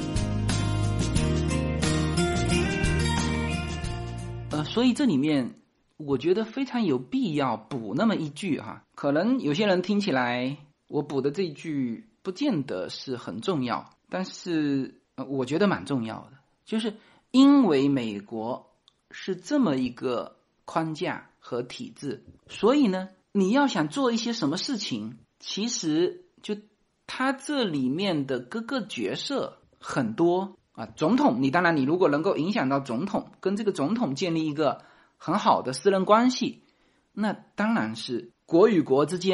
呃，所以这里面我觉得非常有必要补那么一句哈，可能有些人听起来我补的这一句不见得是很重要，但是、呃、我觉得蛮重要的，就是因为美国是这么一个框架和体制，所以呢，你要想做一些什么事情，其实就它这里面的各个角色很多啊。总统，你当然你如果能够影响到总统，跟这个总统建立一个很好的私人关系，那当然是国与国之间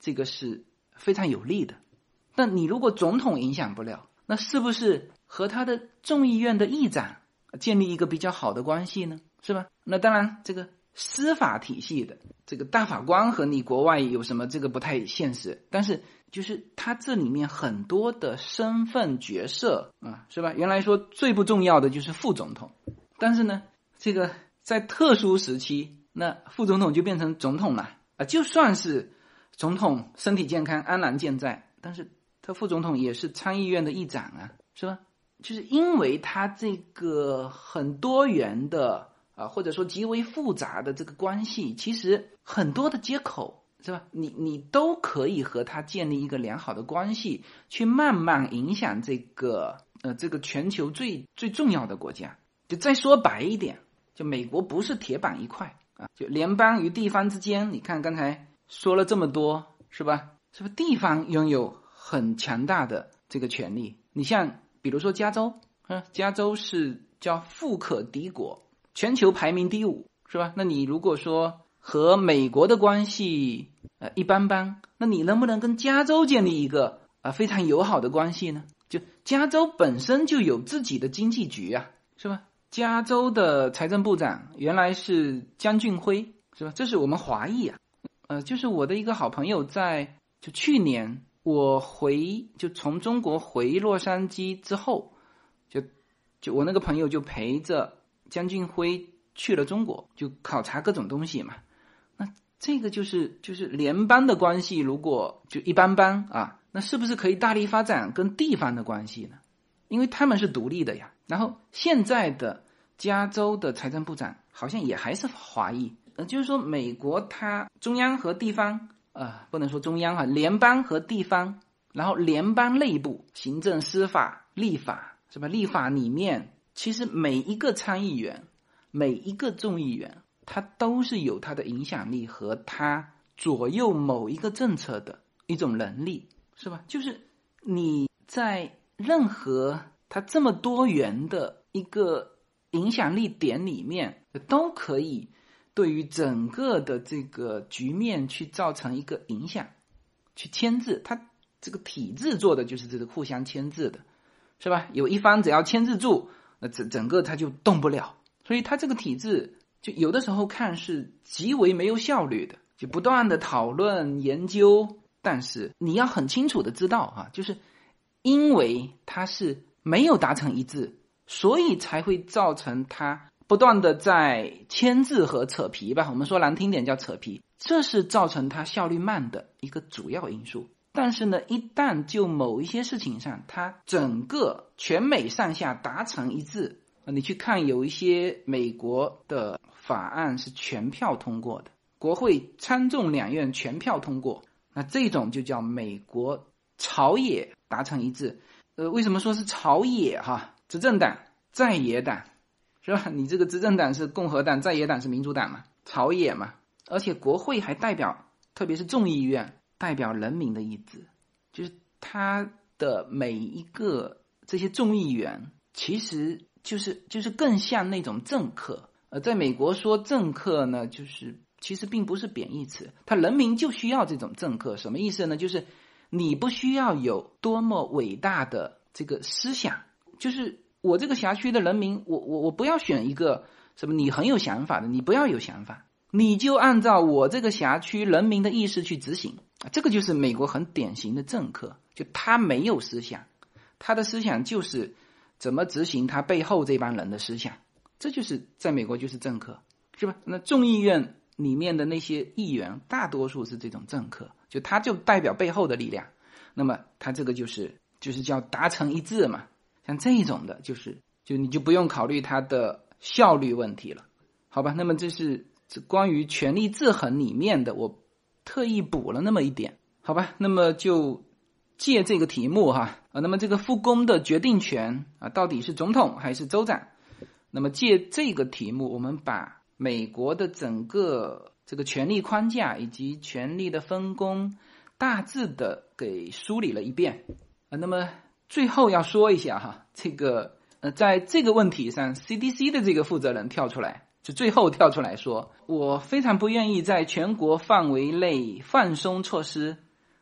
这个是非常有利的。那你如果总统影响不了，那是不是和他的众议院的议长建立一个比较好的关系呢？是吧？那当然这个司法体系的这个大法官和你国外有什么这个不太现实，但是就是他这里面很多的身份角色啊，是吧？原来说最不重要的就是副总统，但是呢这个在特殊时期，那副总统就变成总统了啊。就算是总统身体健康安然健在，但是他副总统也是参议院的议长啊，是吧？就是因为他这个很多元的啊，或者说极为复杂的这个关系，其实很多的接口，是吧？你你都可以和他建立一个良好的关系，去慢慢影响这个呃这个全球最最重要的国家。就再说白一点，就美国不是铁板一块啊，就联邦与地方之间，你看刚才说了这么多，是吧？是不是地方拥有很强大的这个权利？你像比如说加州，啊，加州是叫富可敌国，全球排名第五，是吧？那你如果说和美国的关系呃一般般，那你能不能跟加州建立一个啊、呃、非常友好的关系呢？就加州本身就有自己的经济局啊，是吧？加州的财政部长原来是江俊辉，是吧？这是我们华裔啊，呃，就是我的一个好朋友在就去年我回就从中国回洛杉矶之后，就就我那个朋友就陪着江俊辉去了中国，就考察各种东西嘛。那这个就是就是联邦的关系，如果就一般般啊，那是不是可以大力发展跟地方的关系呢？因为他们是独立的呀。然后现在的加州的财政部长好像也还是华裔，呃，就是说美国它中央和地方，呃，不能说中央哈，联邦和地方，然后联邦内部行政、司法、立法，是吧？立法里面其实每一个参议员、每一个众议员，他都是有他的影响力和他左右某一个政策的一种能力，是吧？就是你在任何它这么多元的一个影响力点里面，都可以对于整个的这个局面去造成一个影响，去牵制。它这个体制做的就是这个互相牵制的，是吧？有一方只要牵制住，那整整个它就动不了。所以它这个体制就有的时候看是极为没有效率的，就不断的讨论研究，但是你要很清楚的知道啊，就是因为它是没有达成一致，所以才会造成它不断的在牵制和扯皮吧，我们说难听点叫扯皮，这是造成它效率慢的一个主要因素。但是呢，一旦就某一些事情上，它整个全美上下达成一致，你去看有一些美国的法案是全票通过的，国会参众两院全票通过，那这种就叫美国朝野达成一致。呃，为什么说是朝野哈？执政党、在野党，是吧？你这个执政党是共和党，在野党是民主党嘛，朝野嘛。而且国会还代表，特别是众议院代表人民的意志，就是他的每一个这些众议员，其实就是就是更像那种政客。呃，在美国说政客呢，就是其实并不是贬义词，他人民就需要这种政客。什么意思呢？就是你不需要有多么伟大的这个思想，就是我这个辖区的人民，我我我不要选一个什么你很有想法的，你不要有想法，你就按照我这个辖区人民的意识去执行。这个就是美国很典型的政客，就他没有思想，他的思想就是怎么执行他背后这帮人的思想，这就是在美国就是政客，是吧？那众议院里面的那些议员大多数是这种政客，就他就代表背后的力量，那么他这个就是就是叫达成一致嘛。像这种的就是就你就不用考虑他的效率问题了，好吧？那么这是关于权力制衡里面的，我特意补了那么一点，好吧？那么就借这个题目哈啊，那么这个复工的决定权啊，到底是总统还是州长？那么借这个题目，我们把美国的整个这个权力框架以及权力的分工大致的给梳理了一遍啊。那么最后要说一下哈，这个呃，在这个问题上 C D C 的这个负责人跳出来，就最后跳出来说，我非常不愿意在全国范围内放松措施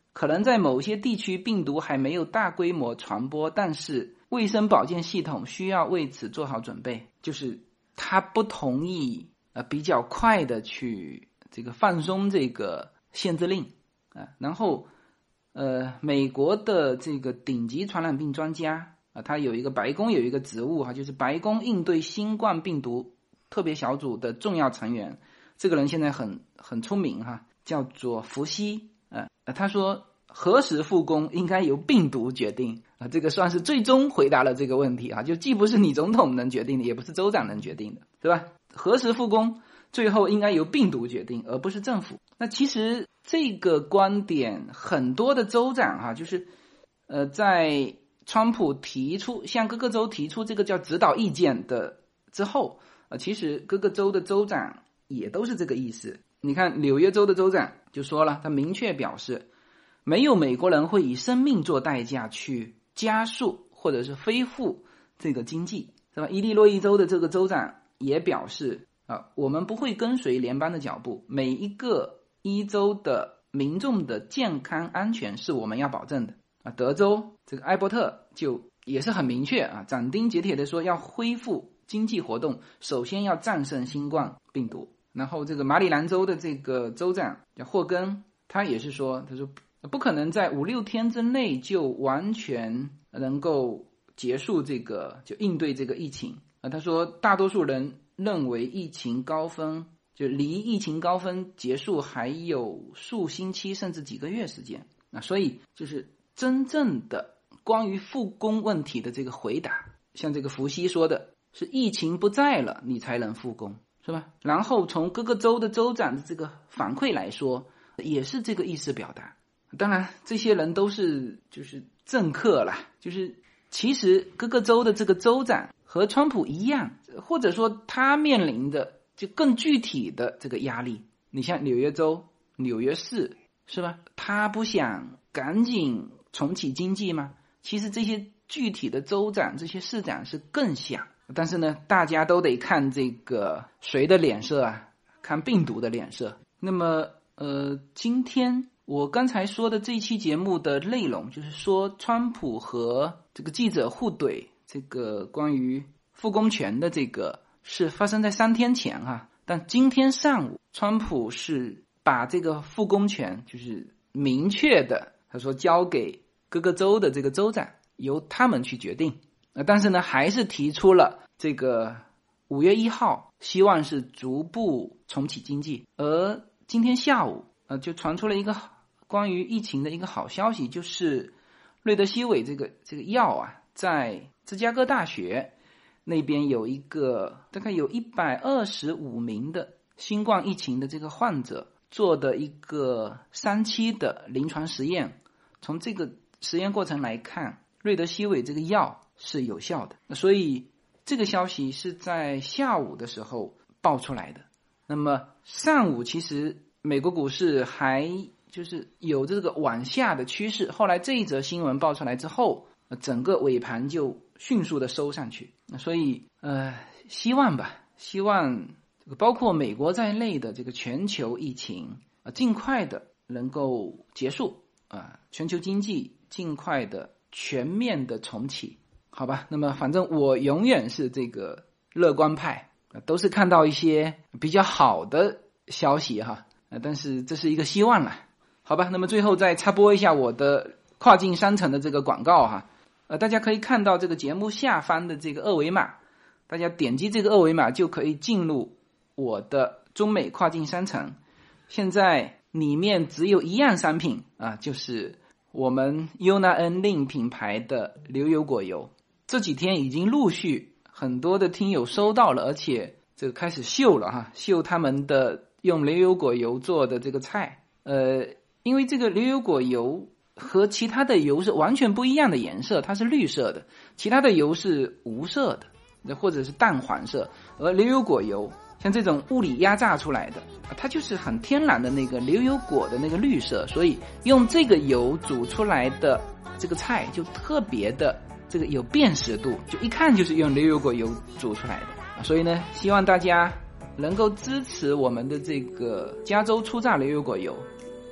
可能在某些地区病毒还没有大规模传播，但是卫生保健系统需要为此做好准备。就是他不同意呃比较快的去这个放松这个限制令啊、呃，然后呃美国的这个顶级传染病专家啊，他有一个白宫有一个职务哈，就是白宫应对新冠病毒特别小组的重要成员，这个人现在很很出名哈，叫做福西啊、呃，他说何时复工应该由病毒决定啊，这个算是最终回答了这个问题啊，就既不是你总统能决定的，也不是州长能决定的，对吧？何时复工最后应该由病毒决定，而不是政府。那其实这个观点很多的州长哈、啊，就是呃在川普提出向各个州提出这个叫指导意见的之后，呃其实各个州的州长也都是这个意思。你看纽约州的州长就说了，他明确表示没有美国人会以生命做代价去加速或者是恢复这个经济，是吧？伊利诺伊州的这个州长也表示啊，我们不会跟随联邦的脚步，每一个一州的民众的健康安全是我们要保证的啊。德州这个艾伯特就也是很明确啊，斩钉截铁的说要恢复经济活动，首先要战胜新冠病毒。然后这个马里兰州的这个州长叫霍根，他也是说，他说不可能在五六天之内就完全能够结束这个就应对这个疫情啊。他说大多数人认为疫情高峰就离疫情高峰结束还有数星期甚至几个月时间啊，所以就是真正的关于复工问题的这个回答，像这个福西说的是疫情不在了你才能复工，是吧？然后从各个州的州长的这个反馈来说也是这个意思表达。当然这些人都是就是政客啦，就是其实各个州的这个州长和川普一样，或者说他面临的就更具体的这个压力。你像纽约州纽约市，是吧？他不想赶紧重启经济吗？其实这些具体的州长这些市长是更想，但是呢大家都得看这个谁的脸色啊，看病毒的脸色。那么呃，今天我刚才说的这期节目的内容就是说川普和这个记者互怼，这个关于复工权的这个是发生在三天前啊，但今天上午川普是把这个复工权就是明确的他说交给各个州的这个州长，由他们去决定。但是呢还是提出了这个五月一号希望是逐步重启经济。而今天下午呃就传出了一个关于疫情的一个好消息，就是瑞德西韦这个这个药啊，在芝加哥大学那边有一个大概有一百二十五名的新冠疫情的这个患者做的一个三期的临床实验，从这个实验过程来看，瑞德西韦这个药是有效的。所以这个消息是在下午的时候爆出来的。那么上午其实美国股市还就是有这个往下的趋势，后来这一则新闻爆出来之后，整个尾盘就迅速的收上去。所以呃，希望吧，希望包括美国在内的这个全球疫情啊，尽快的能够结束啊，全球经济尽快的全面的重启，好吧？那么反正我永远是这个乐观派，都是看到一些比较好的消息哈，但是这是一个希望啦，好吧？那么最后再插播一下我的跨境商城的这个广告哈，呃，大家可以看到这个节目下方的这个二维码，大家点击这个二维码就可以进入我的中美跨境商城。现在里面只有一样商品啊，就是我们 Yunnan 品牌的牛油果油，这几天已经陆续很多的听友收到了，而且这个开始秀了哈，秀他们的用牛油果油做的这个菜。呃，因为这个牛油果油和其他的油是完全不一样的颜色，它是绿色的，其他的油是无色的或者是淡黄色，而牛油果油像这种物理压榨出来的，它就是很天然的那个牛油果的那个绿色，所以用这个油煮出来的这个菜就特别的这个有辨识度，就一看就是用牛油果油煮出来的。所以呢，希望大家能够支持我们的这个加州初榨牛油果油，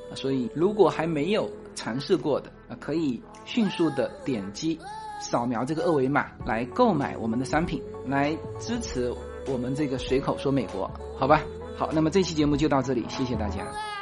所以如果还没有尝试过的，可以迅速的点击扫描这个二维码来购买我们的商品，来支持我们这个随口说美国，好吧？好，那么这期节目就到这里，谢谢大家。